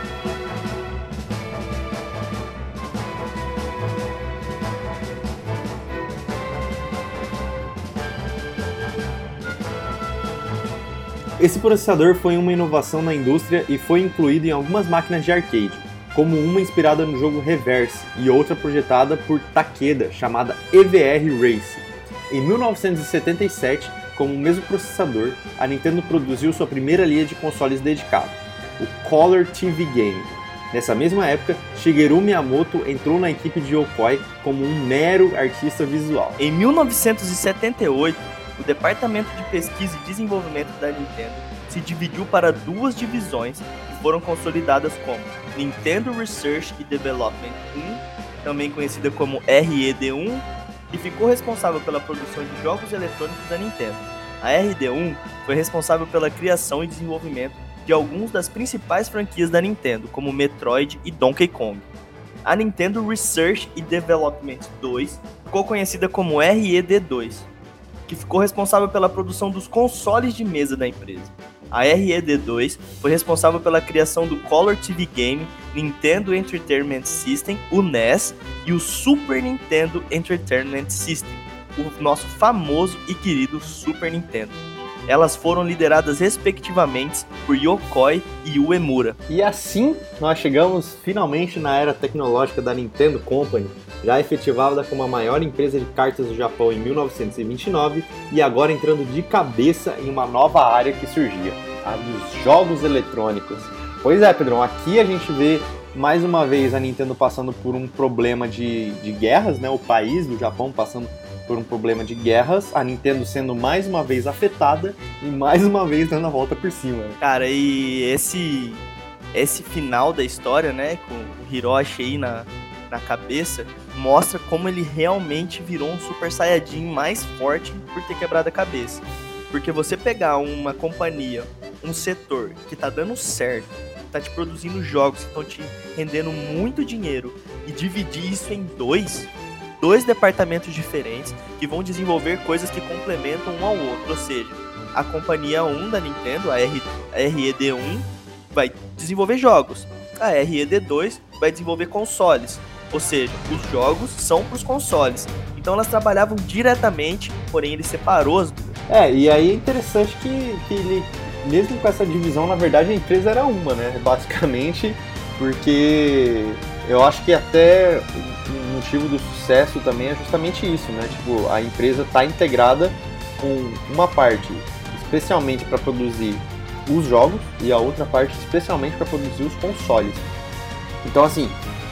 Esse processador foi uma inovação na indústria e foi incluído em algumas máquinas de arcade, como uma inspirada no jogo Reverse e outra projetada por Takeda, chamada EVR Race. Em 1977, com o mesmo processador, a Nintendo produziu sua primeira linha de consoles dedicado, o Color TV Game. Nessa mesma época, Shigeru Miyamoto entrou na equipe de Yokoi como um mero artista visual. Em 1978, o Departamento de Pesquisa e Desenvolvimento da Nintendo se dividiu para duas divisões que foram consolidadas como Nintendo Research and Development 1, também conhecida como RED1, e ficou responsável pela produção de jogos eletrônicos da Nintendo. A RD1 foi responsável pela criação e desenvolvimento de algumas das principais franquias da Nintendo, como Metroid e Donkey Kong. A Nintendo Research and Development 2 ficou conhecida como RED2, que ficou responsável pela produção dos consoles de mesa da empresa. A RED2 foi responsável pela criação do Color TV Game, Nintendo Entertainment System, o NES, e o Super Nintendo Entertainment System, o nosso famoso e querido Super Nintendo. Elas foram lideradas respectivamente por Yokoi e Uemura. E assim nós chegamos finalmente na era tecnológica da Nintendo Company, já efetivada como a maior empresa de cartas do Japão em 1929 e agora entrando de cabeça em uma nova área que surgia, a dos jogos eletrônicos. Pois é, Pedrão, aqui a gente vê mais uma vez a Nintendo passando por um problema de guerras, né? O país do Japão passando por um problema de guerras, a Nintendo sendo mais uma vez afetada e mais uma vez dando a volta por cima. Cara, e esse final da história, né, com o Hiroshi aí na cabeça, mostra como ele realmente virou um Super Saiyajin mais forte por ter quebrado a cabeça. Porque você pegar uma companhia, um setor que tá dando certo, tá te produzindo jogos que estão te rendendo muito dinheiro e dividir isso em dois departamentos diferentes que vão desenvolver coisas que complementam um ao outro, ou seja, a companhia 1 da Nintendo, a RED1, vai desenvolver jogos, a RED2 vai desenvolver consoles, ou seja, os jogos são para os consoles, então elas trabalhavam diretamente, porém ele separou as duas. E aí é interessante que ele, mesmo com essa divisão, na verdade a empresa era uma, né, basicamente, porque eu acho que até o motivo do sucesso também é justamente isso, né? Tipo, a empresa está integrada com uma parte especialmente para produzir os jogos e a outra parte especialmente para produzir os consoles. Então, assim,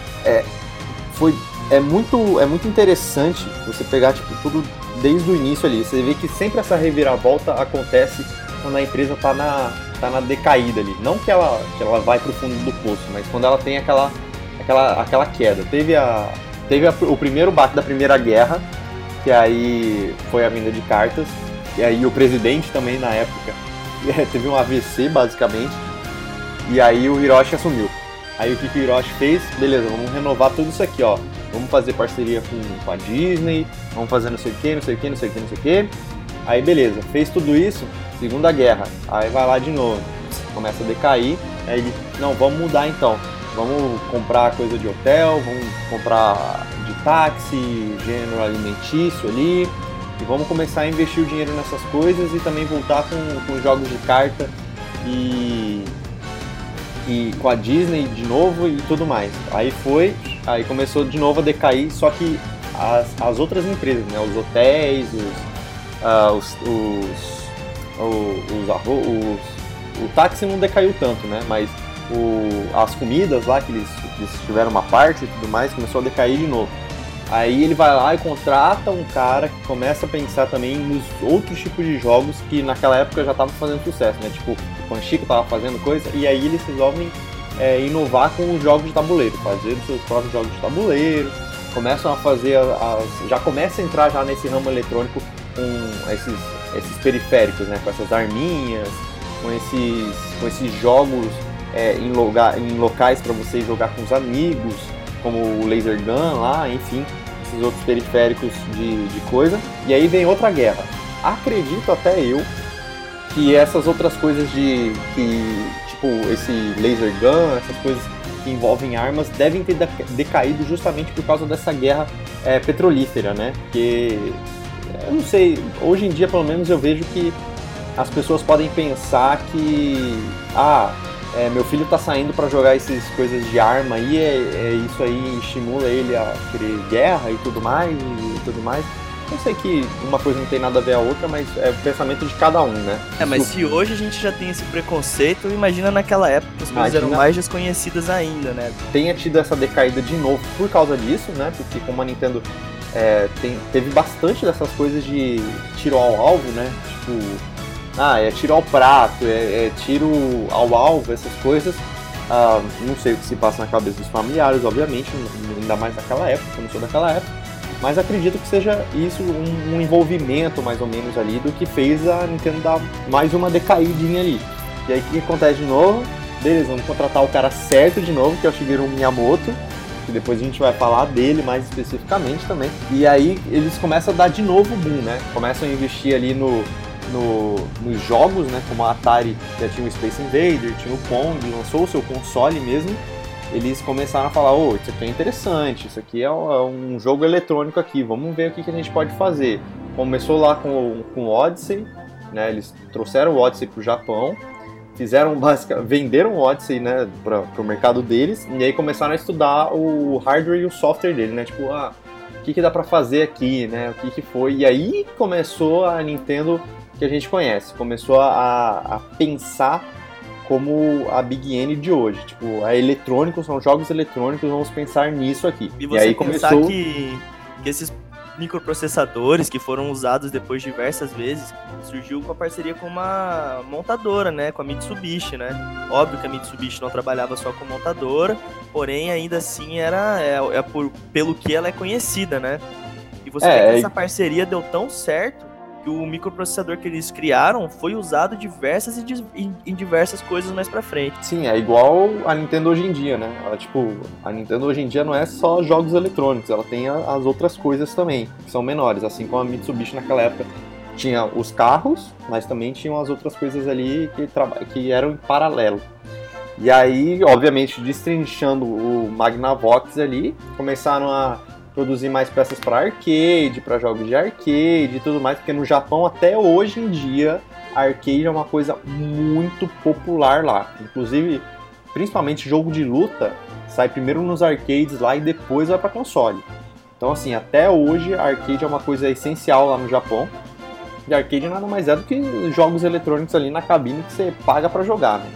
é muito interessante você pegar tipo, tudo desde o início ali. Você vê que sempre essa reviravolta acontece quando a empresa tá na decaída ali. Não que ela vai pro fundo do poço, mas quando ela tem aquela queda. Teve o primeiro bate da Primeira Guerra, que aí foi a venda de cartas, e aí o presidente também na época teve um AVC basicamente, e aí o Hiroshi assumiu. Aí o que o Hiroshi fez? Beleza, vamos renovar tudo isso aqui, ó. Vamos fazer parceria com a Disney, vamos fazer não sei o que. Aí beleza, fez tudo isso, Segunda Guerra, aí vai lá de novo, começa a decair, aí ele, não, vamos mudar então. Vamos comprar coisa de hotel, vamos comprar de táxi, gênero alimentício ali, e vamos começar a investir o dinheiro nessas coisas e também voltar com jogos de carta e com a Disney de novo e tudo mais. Aí começou de novo a decair, só que as outras empresas, né, os hotéis, o táxi não decaiu tanto, né, mas as comidas lá, que eles tiveram uma parte e tudo mais, começou a decair de novo. Aí ele vai lá e contrata um cara que começa a pensar também nos outros tipos de jogos que naquela época já estavam fazendo sucesso, né? Tipo, o Panchico tava fazendo coisa, e aí eles resolvem inovar com os jogos de tabuleiro, fazer os seus próprios jogos de tabuleiro, começam a fazer já começa a entrar já nesse ramo eletrônico com esses periféricos, né? Com essas arminhas, com esses jogos em locais para você jogar com os amigos, como o Laser Gun lá, enfim, esses outros periféricos de coisa. E aí vem outra guerra. Acredito até eu que essas outras coisas tipo esse Laser Gun, essas coisas que envolvem armas, devem ter decaído justamente por causa dessa guerra petrolífera, né? Porque, eu não sei, hoje em dia pelo menos eu vejo que as pessoas podem pensar que meu filho tá saindo pra jogar essas coisas de arma e isso aí estimula ele a querer guerra e tudo mais. Eu sei que uma coisa não tem nada a ver a outra, mas é o pensamento de cada um, né? Mas se hoje a gente já tem esse preconceito, imagina naquela época que as coisas eram mais desconhecidas ainda, né? Tenha tido essa decaída de novo por causa disso, né? Porque como a Nintendo teve bastante dessas coisas de tiro ao alvo, né? Tipo, é tiro ao prato, é tiro ao alvo, essas coisas. Não sei o que se passa na cabeça dos familiares, obviamente, ainda mais naquela época, eu não sou daquela época. mas acredito que seja isso um envolvimento mais ou menos ali do que fez a Nintendo dar mais uma decaidinha ali. E aí o que acontece de novo? Beleza, vamos contratar o cara certo de novo, que é o Shigeru Miyamoto, que depois a gente vai falar dele mais especificamente também. E aí eles começam a dar de novo o boom, né? Começam a investir ali nos jogos, né? Como a Atari já tinha o Space Invader, tinha o Pong, lançou o seu console mesmo. Eles começaram a falar, isso aqui é interessante, isso aqui é um jogo eletrônico aqui, vamos ver o que a gente pode fazer. Começou lá com o Odyssey, né? Eles trouxeram o Odyssey pro Japão, venderam o Odyssey, né, pro mercado deles, e aí começaram a estudar o hardware e o software dele, né, tipo, o que dá pra fazer aqui, né, o que foi, e aí começou a Nintendo que a gente conhece, começou a pensar como a Big N de hoje, tipo, são jogos eletrônicos, vamos pensar nisso aqui. E você aí pensar que esses microprocessadores que foram usados depois diversas vezes, surgiu com a parceria com uma montadora, né, com a Mitsubishi, né? Óbvio que a Mitsubishi não trabalhava só com montadora, porém ainda assim pelo que ela é conhecida, né? E você vê que essa parceria deu tão certo que o microprocessador que eles criaram foi usado em diversas coisas mais pra frente. Sim, é igual a Nintendo hoje em dia, né? A Nintendo hoje em dia não é só jogos eletrônicos, ela tem as outras coisas também, que são menores, assim como a Mitsubishi naquela época tinha os carros, mas também tinham as outras coisas ali que eram em paralelo. E aí, obviamente, destrinchando o Magnavox ali, começaram a produzir mais peças para arcade, para jogos de arcade e tudo mais, porque no Japão até hoje em dia arcade é uma coisa muito popular lá. Inclusive, principalmente jogo de luta, sai primeiro nos arcades lá e depois vai para console. Então assim, até hoje arcade é uma coisa essencial lá no Japão. E arcade nada mais é do que jogos eletrônicos ali na cabine que você paga para jogar, né?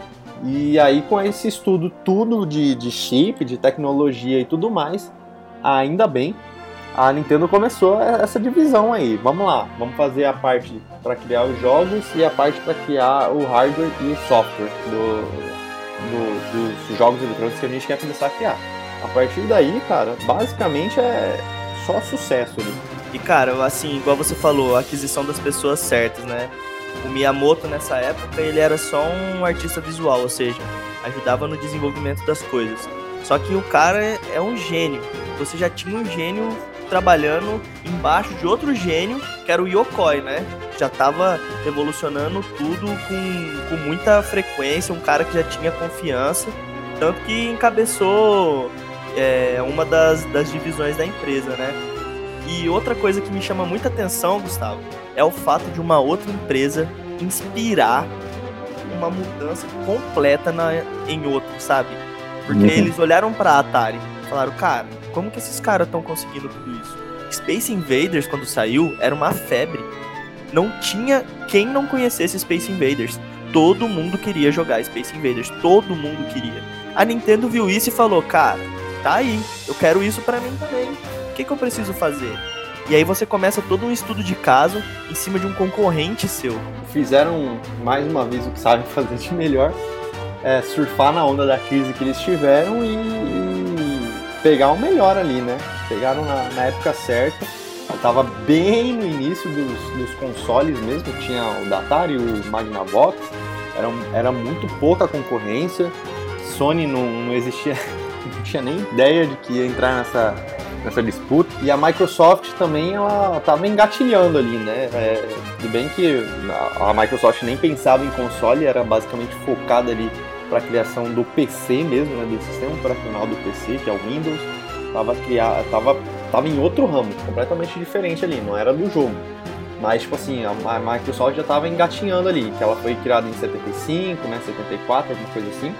E aí com esse estudo tudo de chip, de tecnologia e tudo mais, ainda bem, a Nintendo começou essa divisão aí. Vamos lá, vamos fazer a parte para criar os jogos e a parte para criar o hardware e o software dos jogos eletrônicos que a gente quer começar a criar. A partir daí, cara, basicamente é só sucesso ali. E cara, assim, igual você falou, a aquisição das pessoas certas, né? O Miyamoto nessa época, ele era só um artista visual, ou seja, ajudava no desenvolvimento das coisas. Só que o cara é um gênio. Você já tinha um gênio trabalhando embaixo de outro gênio, que era o Yokoi, né? Já estava revolucionando tudo com muita frequência, um cara que já tinha confiança, tanto que encabeçou uma das divisões da empresa, né? E outra coisa que me chama muita atenção, Gustavo, é o fato de uma outra empresa inspirar uma mudança completa em outro, sabe? Porque eles olharam pra Atari e falaram, cara, como que esses caras estão conseguindo tudo isso? Space Invaders, quando saiu, era uma febre. Não tinha quem não conhecesse Space Invaders. Todo mundo queria jogar Space Invaders, todo mundo queria. A Nintendo viu isso e falou, cara, tá aí, eu quero isso pra mim também. O que eu preciso fazer? E aí você começa todo um estudo de caso em cima de um concorrente seu. Fizeram, mais uma vez, o que sabem fazer de melhor. Surfar na onda da crise que eles tiveram e pegar o melhor ali, né? Pegaram na época certa. Tava bem no início dos consoles mesmo, tinha o da Atari, o Magnavox, era muito pouca concorrência. Sony não existia, não tinha nem ideia de que ia entrar nessa disputa. E a Microsoft também, ela tava engatilhando ali, né? Tudo bem que a Microsoft nem pensava em console, era basicamente focada ali para a criação do PC mesmo, né? Do sistema operacional do PC, que é o Windows. Tava em outro ramo, completamente diferente ali, não era do jogo. Mas, tipo assim, a Microsoft já tava engatinhando ali, que ela foi criada em 75, né, 74, alguma coisa assim.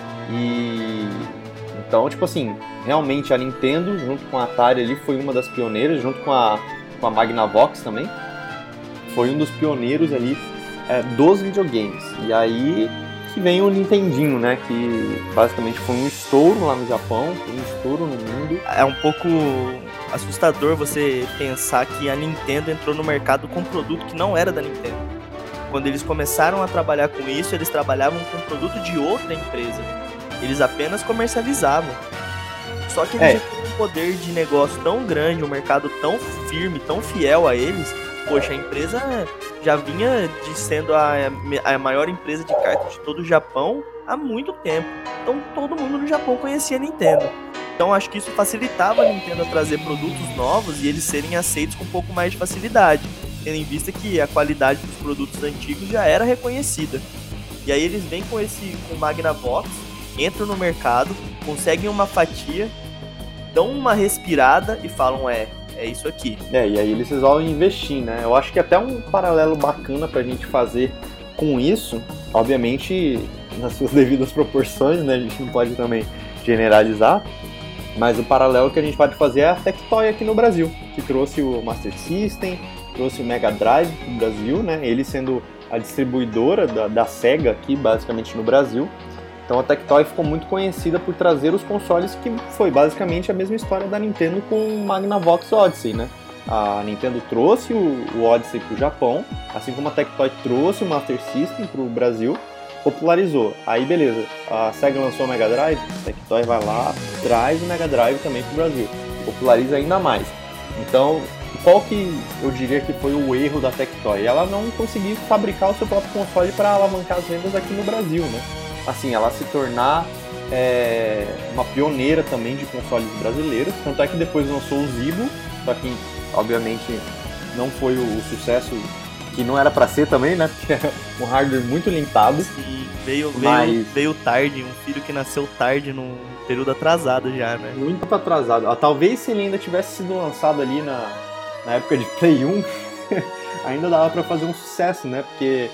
E então, tipo assim, realmente a Nintendo, junto com a Atari ali, foi uma das pioneiras, junto com a Magnavox também, foi um dos pioneiros ali dos videogames. E aí que vem o Nintendinho, né, que basicamente foi um estouro lá no Japão, foi um estouro no mundo. É um pouco assustador você pensar que a Nintendo entrou no mercado com um produto que não era da Nintendo. Quando eles começaram a trabalhar com isso, eles trabalhavam com um produto de outra empresa. Eles apenas comercializavam. Só que eles já tinham um poder de negócio tão grande, um mercado tão firme, tão fiel a eles, poxa, a empresa já vinha sendo a maior empresa de cartas de todo o Japão há muito tempo. Então todo mundo no Japão conhecia a Nintendo. Então acho que isso facilitava a Nintendo a trazer produtos novos e eles serem aceitos com um pouco mais de facilidade, tendo em vista que a qualidade dos produtos antigos já era reconhecida. E aí eles vêm com o Magnavox, entram no mercado, conseguem uma fatia, dão uma respirada e falam, é isso aqui. E aí eles resolvem investir, né? Eu acho que até um paralelo bacana pra gente fazer com isso, obviamente nas suas devidas proporções, né? A gente não pode também generalizar, mas o paralelo que a gente pode fazer é a Tectoy aqui no Brasil, que trouxe o Master System, trouxe o Mega Drive pro Brasil, né? Ele sendo a distribuidora da Sega aqui, basicamente no Brasil. Então a Tectoy ficou muito conhecida por trazer os consoles, que foi basicamente a mesma história da Nintendo com o Magnavox Odyssey, né? A Nintendo trouxe o Odyssey pro Japão, assim como a Tectoy trouxe o Master System pro Brasil, popularizou. Aí beleza, a Sega lançou o Mega Drive, a Tectoy vai lá, traz o Mega Drive também pro Brasil, populariza ainda mais. Então, qual que eu diria que foi o erro da Tectoy? Ela não conseguiu fabricar o seu próprio console para alavancar as vendas aqui no Brasil, né? Assim, ela se tornar uma pioneira também de consoles brasileiros, tanto é que depois lançou o Zibo, só que obviamente não foi o sucesso que não era para ser também, né? Porque é um hardware muito limitado. Sim, veio tarde, um filho que nasceu tarde, num período atrasado já, né? Muito atrasado. Talvez se ele ainda tivesse sido lançado ali na época de Play 1, ainda dava para fazer um sucesso, né? Porque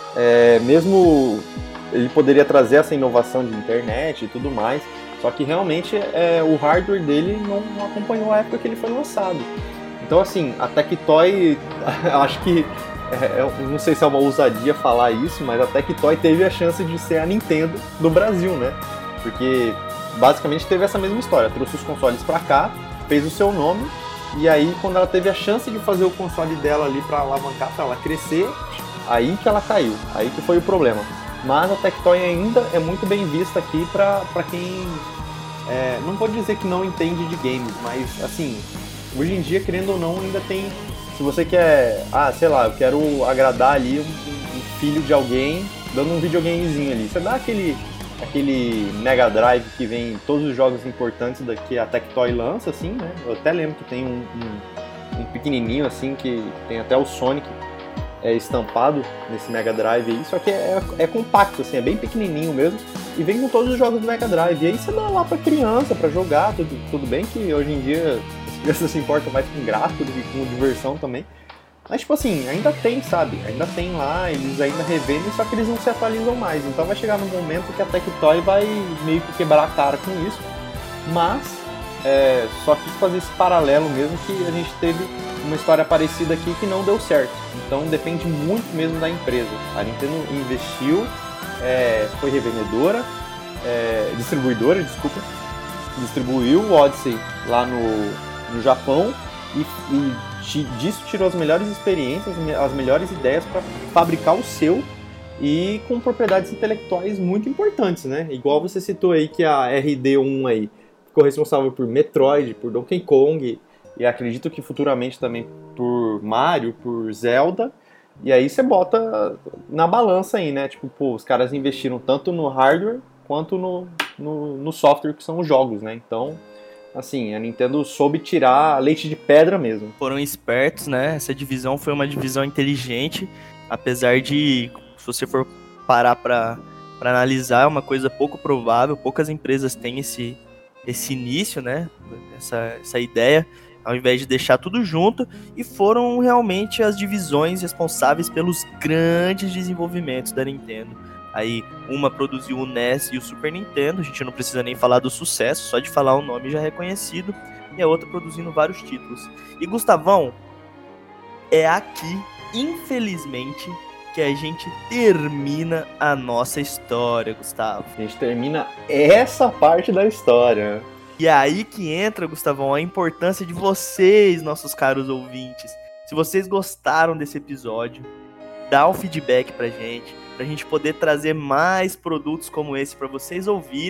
mesmo ele poderia trazer essa inovação de internet e tudo mais, só que realmente o hardware dele não acompanhou a época que ele foi lançado. Então assim, a Tectoy, acho que, eu não sei se é uma ousadia falar isso, mas a Tectoy teve a chance de ser a Nintendo do Brasil, né? Porque basicamente teve essa mesma história, trouxe os consoles pra cá, fez o seu nome, e aí quando ela teve a chance de fazer o console dela ali pra alavancar, pra ela crescer, aí que ela caiu, aí que foi o problema. Mas a Tectoy ainda é muito bem vista aqui pra quem, não vou dizer que não entende de games, mas assim, hoje em dia, querendo ou não, ainda tem, se você quer, sei lá, eu quero agradar ali um filho de alguém, dando um videogamezinho ali, você dá aquele Mega Drive que vem todos os jogos importantes que a Tectoy lança, assim, né, eu até lembro que tem um pequenininho, assim, que tem até o Sonic estampado nesse Mega Drive aí, só que é compacto, assim, é bem pequenininho mesmo, e vem com todos os jogos do Mega Drive, e aí você dá lá pra criança, pra jogar, tudo bem que hoje em dia as crianças se importam mais com gráfico do que com diversão também, mas tipo assim, ainda tem, sabe, ainda tem lá, eles ainda revendem, só que eles não se atualizam mais, então vai chegar num momento que a Tectoy vai meio que quebrar a cara com isso, mas só quis fazer esse paralelo mesmo, que a gente teve uma história parecida aqui que não deu certo. Então depende muito mesmo da empresa. A Nintendo investiu, foi revendedora, distribuidora, distribuiu o Odyssey lá no Japão e disso tirou as melhores experiências, as melhores ideias para fabricar o seu, e com propriedades intelectuais muito importantes, né? Igual você citou aí que a RD1 aí ficou responsável por Metroid, por Donkey Kong, e acredito que futuramente também por Mario, por Zelda, e aí você bota na balança aí, né? Tipo, pô, os caras investiram tanto no hardware quanto no software, que são os jogos, né? Então, assim, a Nintendo soube tirar leite de pedra mesmo. Foram espertos, né? Essa divisão foi uma divisão inteligente, apesar de, se você for parar pra analisar, é uma coisa pouco provável, poucas empresas têm esse início, né? Essa ideia, ao invés de deixar tudo junto, e foram realmente as divisões responsáveis pelos grandes desenvolvimentos da Nintendo. Aí uma produziu o NES e o Super Nintendo, a gente não precisa nem falar do sucesso, só de falar o nome já é reconhecido, e a outra produzindo vários títulos. E Gustavão, é aqui, infelizmente, que a gente termina a nossa história, Gustavo. A gente termina essa parte da história. E aí que entra, Gustavão, a importância de vocês, nossos caros ouvintes. Se vocês gostaram desse episódio, dá um feedback pra gente poder trazer mais produtos como esse pra vocês ouvirem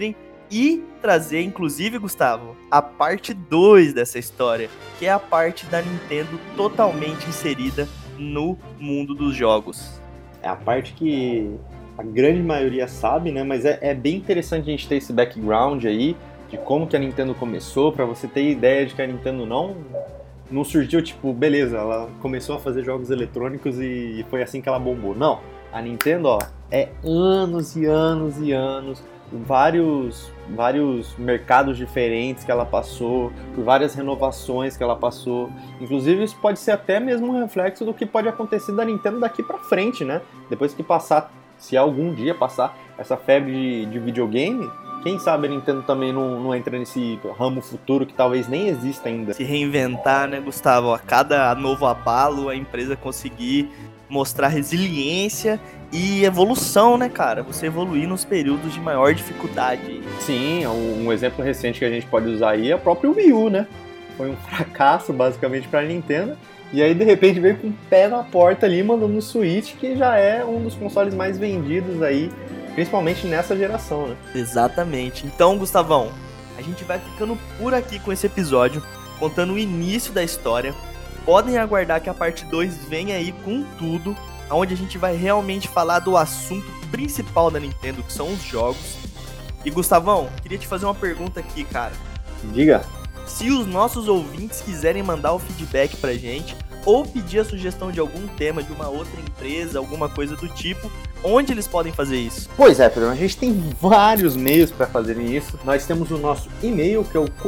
e trazer, inclusive, Gustavo, a parte 2 dessa história, que é a parte da Nintendo totalmente inserida no mundo dos jogos. É a parte que a grande maioria sabe, né? Mas é bem interessante a gente ter esse background aí, de como que a Nintendo começou, pra você ter ideia de que a Nintendo não surgiu, tipo, beleza, ela começou a fazer jogos eletrônicos e foi assim que ela bombou. Não, a Nintendo, ó, é anos e anos e anos, vários mercados diferentes que ela passou, por várias renovações que ela passou. Inclusive, isso pode ser até mesmo um reflexo do que pode acontecer da Nintendo daqui pra frente, né? Depois que passar, se algum dia passar essa febre de videogame, quem sabe a Nintendo também não entra nesse ramo futuro que talvez nem exista ainda. Se reinventar, né, Gustavo? A cada novo abalo, a empresa conseguir mostrar resiliência e evolução, né, cara? Você evoluir nos períodos de maior dificuldade. Sim, um exemplo recente que a gente pode usar aí é o próprio Wii U, né? Foi um fracasso, basicamente, pra Nintendo. E aí, de repente, veio com o pé na porta ali, mandando o Switch, que já é um dos consoles mais vendidos aí, principalmente nessa geração, né? Exatamente. Então, Gustavão, a gente vai ficando por aqui com esse episódio, contando o início da história. Podem aguardar que a parte 2 venha aí com tudo, onde a gente vai realmente falar do assunto principal da Nintendo, que são os jogos. E, Gustavão, queria te fazer uma pergunta aqui, cara. Diga. Se os nossos ouvintes quiserem mandar o feedback pra gente, ou pedir a sugestão de algum tema de uma outra empresa, alguma coisa do tipo, onde eles podem fazer isso? Pois é, Pedro, a gente tem vários meios para fazerem isso. Nós temos o nosso e-mail, que é o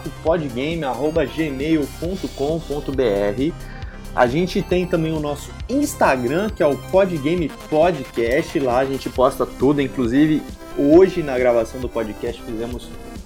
contatopodgame@gmail.com.br. A gente tem também o nosso Instagram, que é o Podgame Podcast. Lá a gente posta tudo, inclusive hoje na gravação do podcast fizemos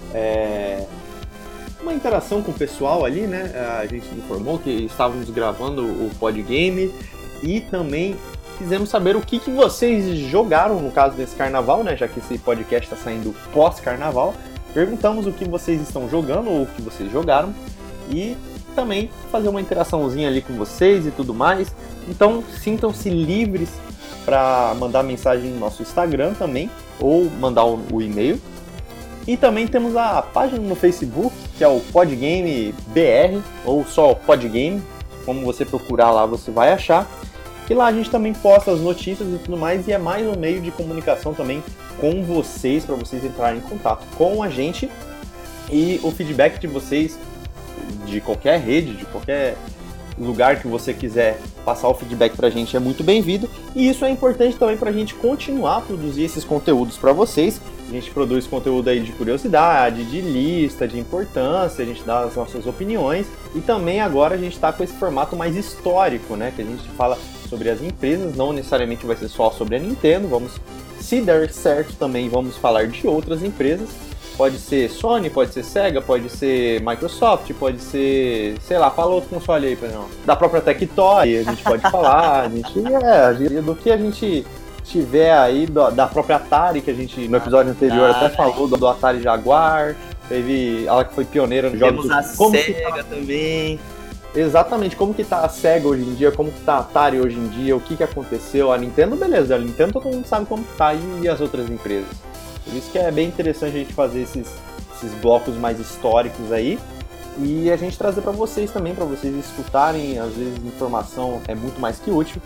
uma interação com o pessoal ali, né? A gente informou que estávamos gravando o Podgame e também quisemos saber o que vocês jogaram no caso desse carnaval, né? Já que esse podcast está saindo pós-carnaval. Perguntamos o que vocês estão jogando ou o que vocês jogaram e também fazer uma interaçãozinha ali com vocês e tudo mais. Então sintam-se livres para mandar mensagem no nosso Instagram também ou mandar o e-mail. E também temos a página no Facebook, que é o Podgame BR, ou só o Podgame. Como você procurar lá, você vai achar. E lá a gente também posta as notícias e tudo mais, e é mais um meio de comunicação também com vocês, para vocês entrarem em contato com a gente. E o feedback de vocês, de qualquer rede, de qualquer lugar que você quiser passar o feedback pra gente, é muito bem-vindo. E isso é importante também pra gente continuar a produzir esses conteúdos pra vocês. A gente produz conteúdo aí de curiosidade, de lista, de importância, a gente dá as nossas opiniões. E também agora a gente tá com esse formato mais histórico, né? Que a gente fala sobre as empresas, não necessariamente vai ser só sobre a Nintendo. Vamos, se der certo também, vamos falar de outras empresas. Pode ser Sony, pode ser Sega, pode ser Microsoft, pode ser, sei lá, fala outro console aí, Pedrão. Da própria Tectoy, a gente pode falar, do que a gente tiver aí, da própria Atari, que a gente no episódio anterior até falou do Atari Jaguar, teve ela que foi pioneira no jogo. Temos a Sega também. Exatamente, como que tá a Sega hoje em dia, como que tá a Atari hoje em dia, o que aconteceu, a Nintendo, beleza, a Nintendo todo mundo sabe como tá e as outras empresas. Por isso que é bem interessante a gente fazer esses blocos mais históricos aí e a gente trazer para vocês também, para vocês escutarem. Às vezes informação é muito mais que útil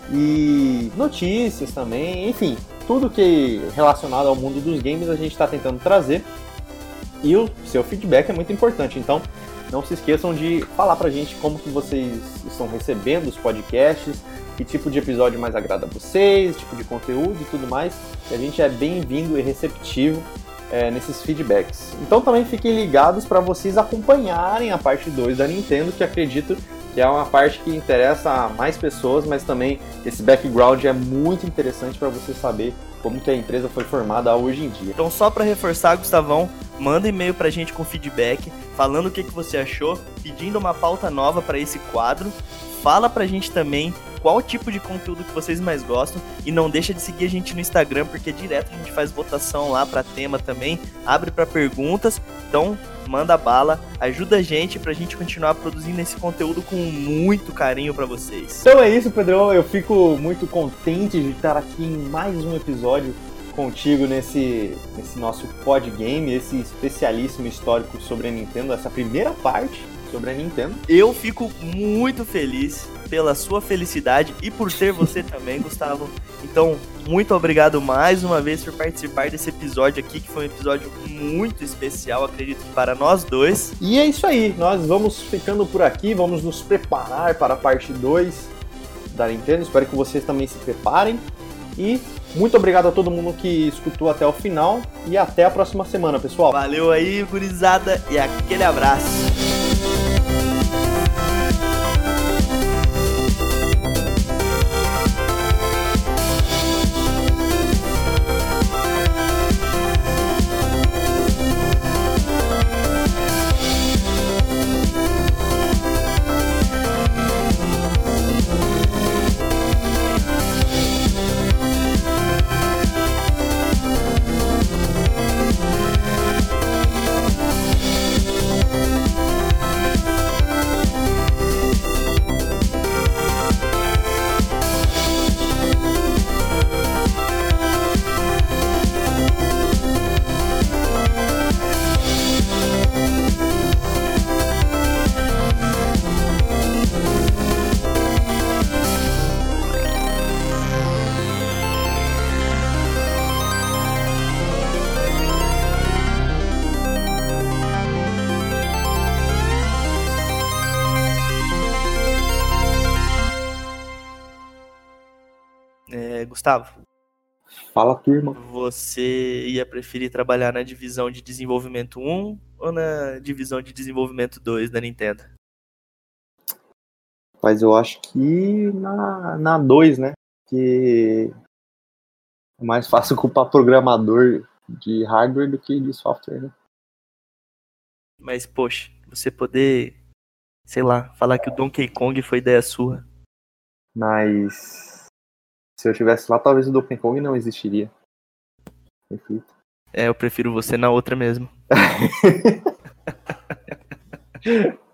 e notícias também, enfim, tudo que é relacionado ao mundo dos games a gente está tentando trazer e o seu feedback é muito importante, então não se esqueçam de falar pra gente como que vocês estão recebendo os podcasts, que tipo de episódio mais agrada a vocês, tipo de conteúdo e tudo mais. E a gente é bem-vindo e receptivo nesses feedbacks. Então também fiquem ligados para vocês acompanharem a parte 2 da Nintendo, que acredito que é uma parte que interessa a mais pessoas, mas também esse background é muito interessante para você saber como que a empresa foi formada hoje em dia. Então só para reforçar, Gustavão, manda e-mail pra gente com feedback, falando o que você achou, pedindo uma pauta nova para esse quadro. Fala pra gente também qual tipo de conteúdo que vocês mais gostam e não deixa de seguir a gente no Instagram, porque direto a gente faz votação lá pra tema também, abre pra perguntas, então manda bala, ajuda a gente pra gente continuar produzindo esse conteúdo com muito carinho pra vocês. Então é isso, Pedrão, eu fico muito contente de estar aqui em mais um episódio contigo nesse nosso podgame, esse especialíssimo histórico sobre a Nintendo, essa primeira parte sobre a Nintendo. Eu fico muito feliz pela sua felicidade e por ter você também, Gustavo. Então, muito obrigado mais uma vez por participar desse episódio aqui, que foi um episódio muito especial, acredito, para nós dois. E é isso aí, nós vamos ficando por aqui, vamos nos preparar para a parte 2 da Nintendo. Espero que vocês também se preparem. E muito obrigado a todo mundo que escutou até o final. E até a próxima semana, pessoal. Valeu aí, gurizada, e aquele abraço. Gustavo, Fala, turma. você ia preferir trabalhar na divisão de desenvolvimento 1 ou na divisão de desenvolvimento 2 da Nintendo? Mas eu acho que na 2, né? Que é mais fácil culpar programador de hardware do que de software, né? Mas, poxa, você poder, sei lá, falar que o Donkey Kong foi ideia sua. Mas se eu estivesse lá, talvez o Donkey Kong não existiria. Perfeito. Eu prefiro você na outra mesmo.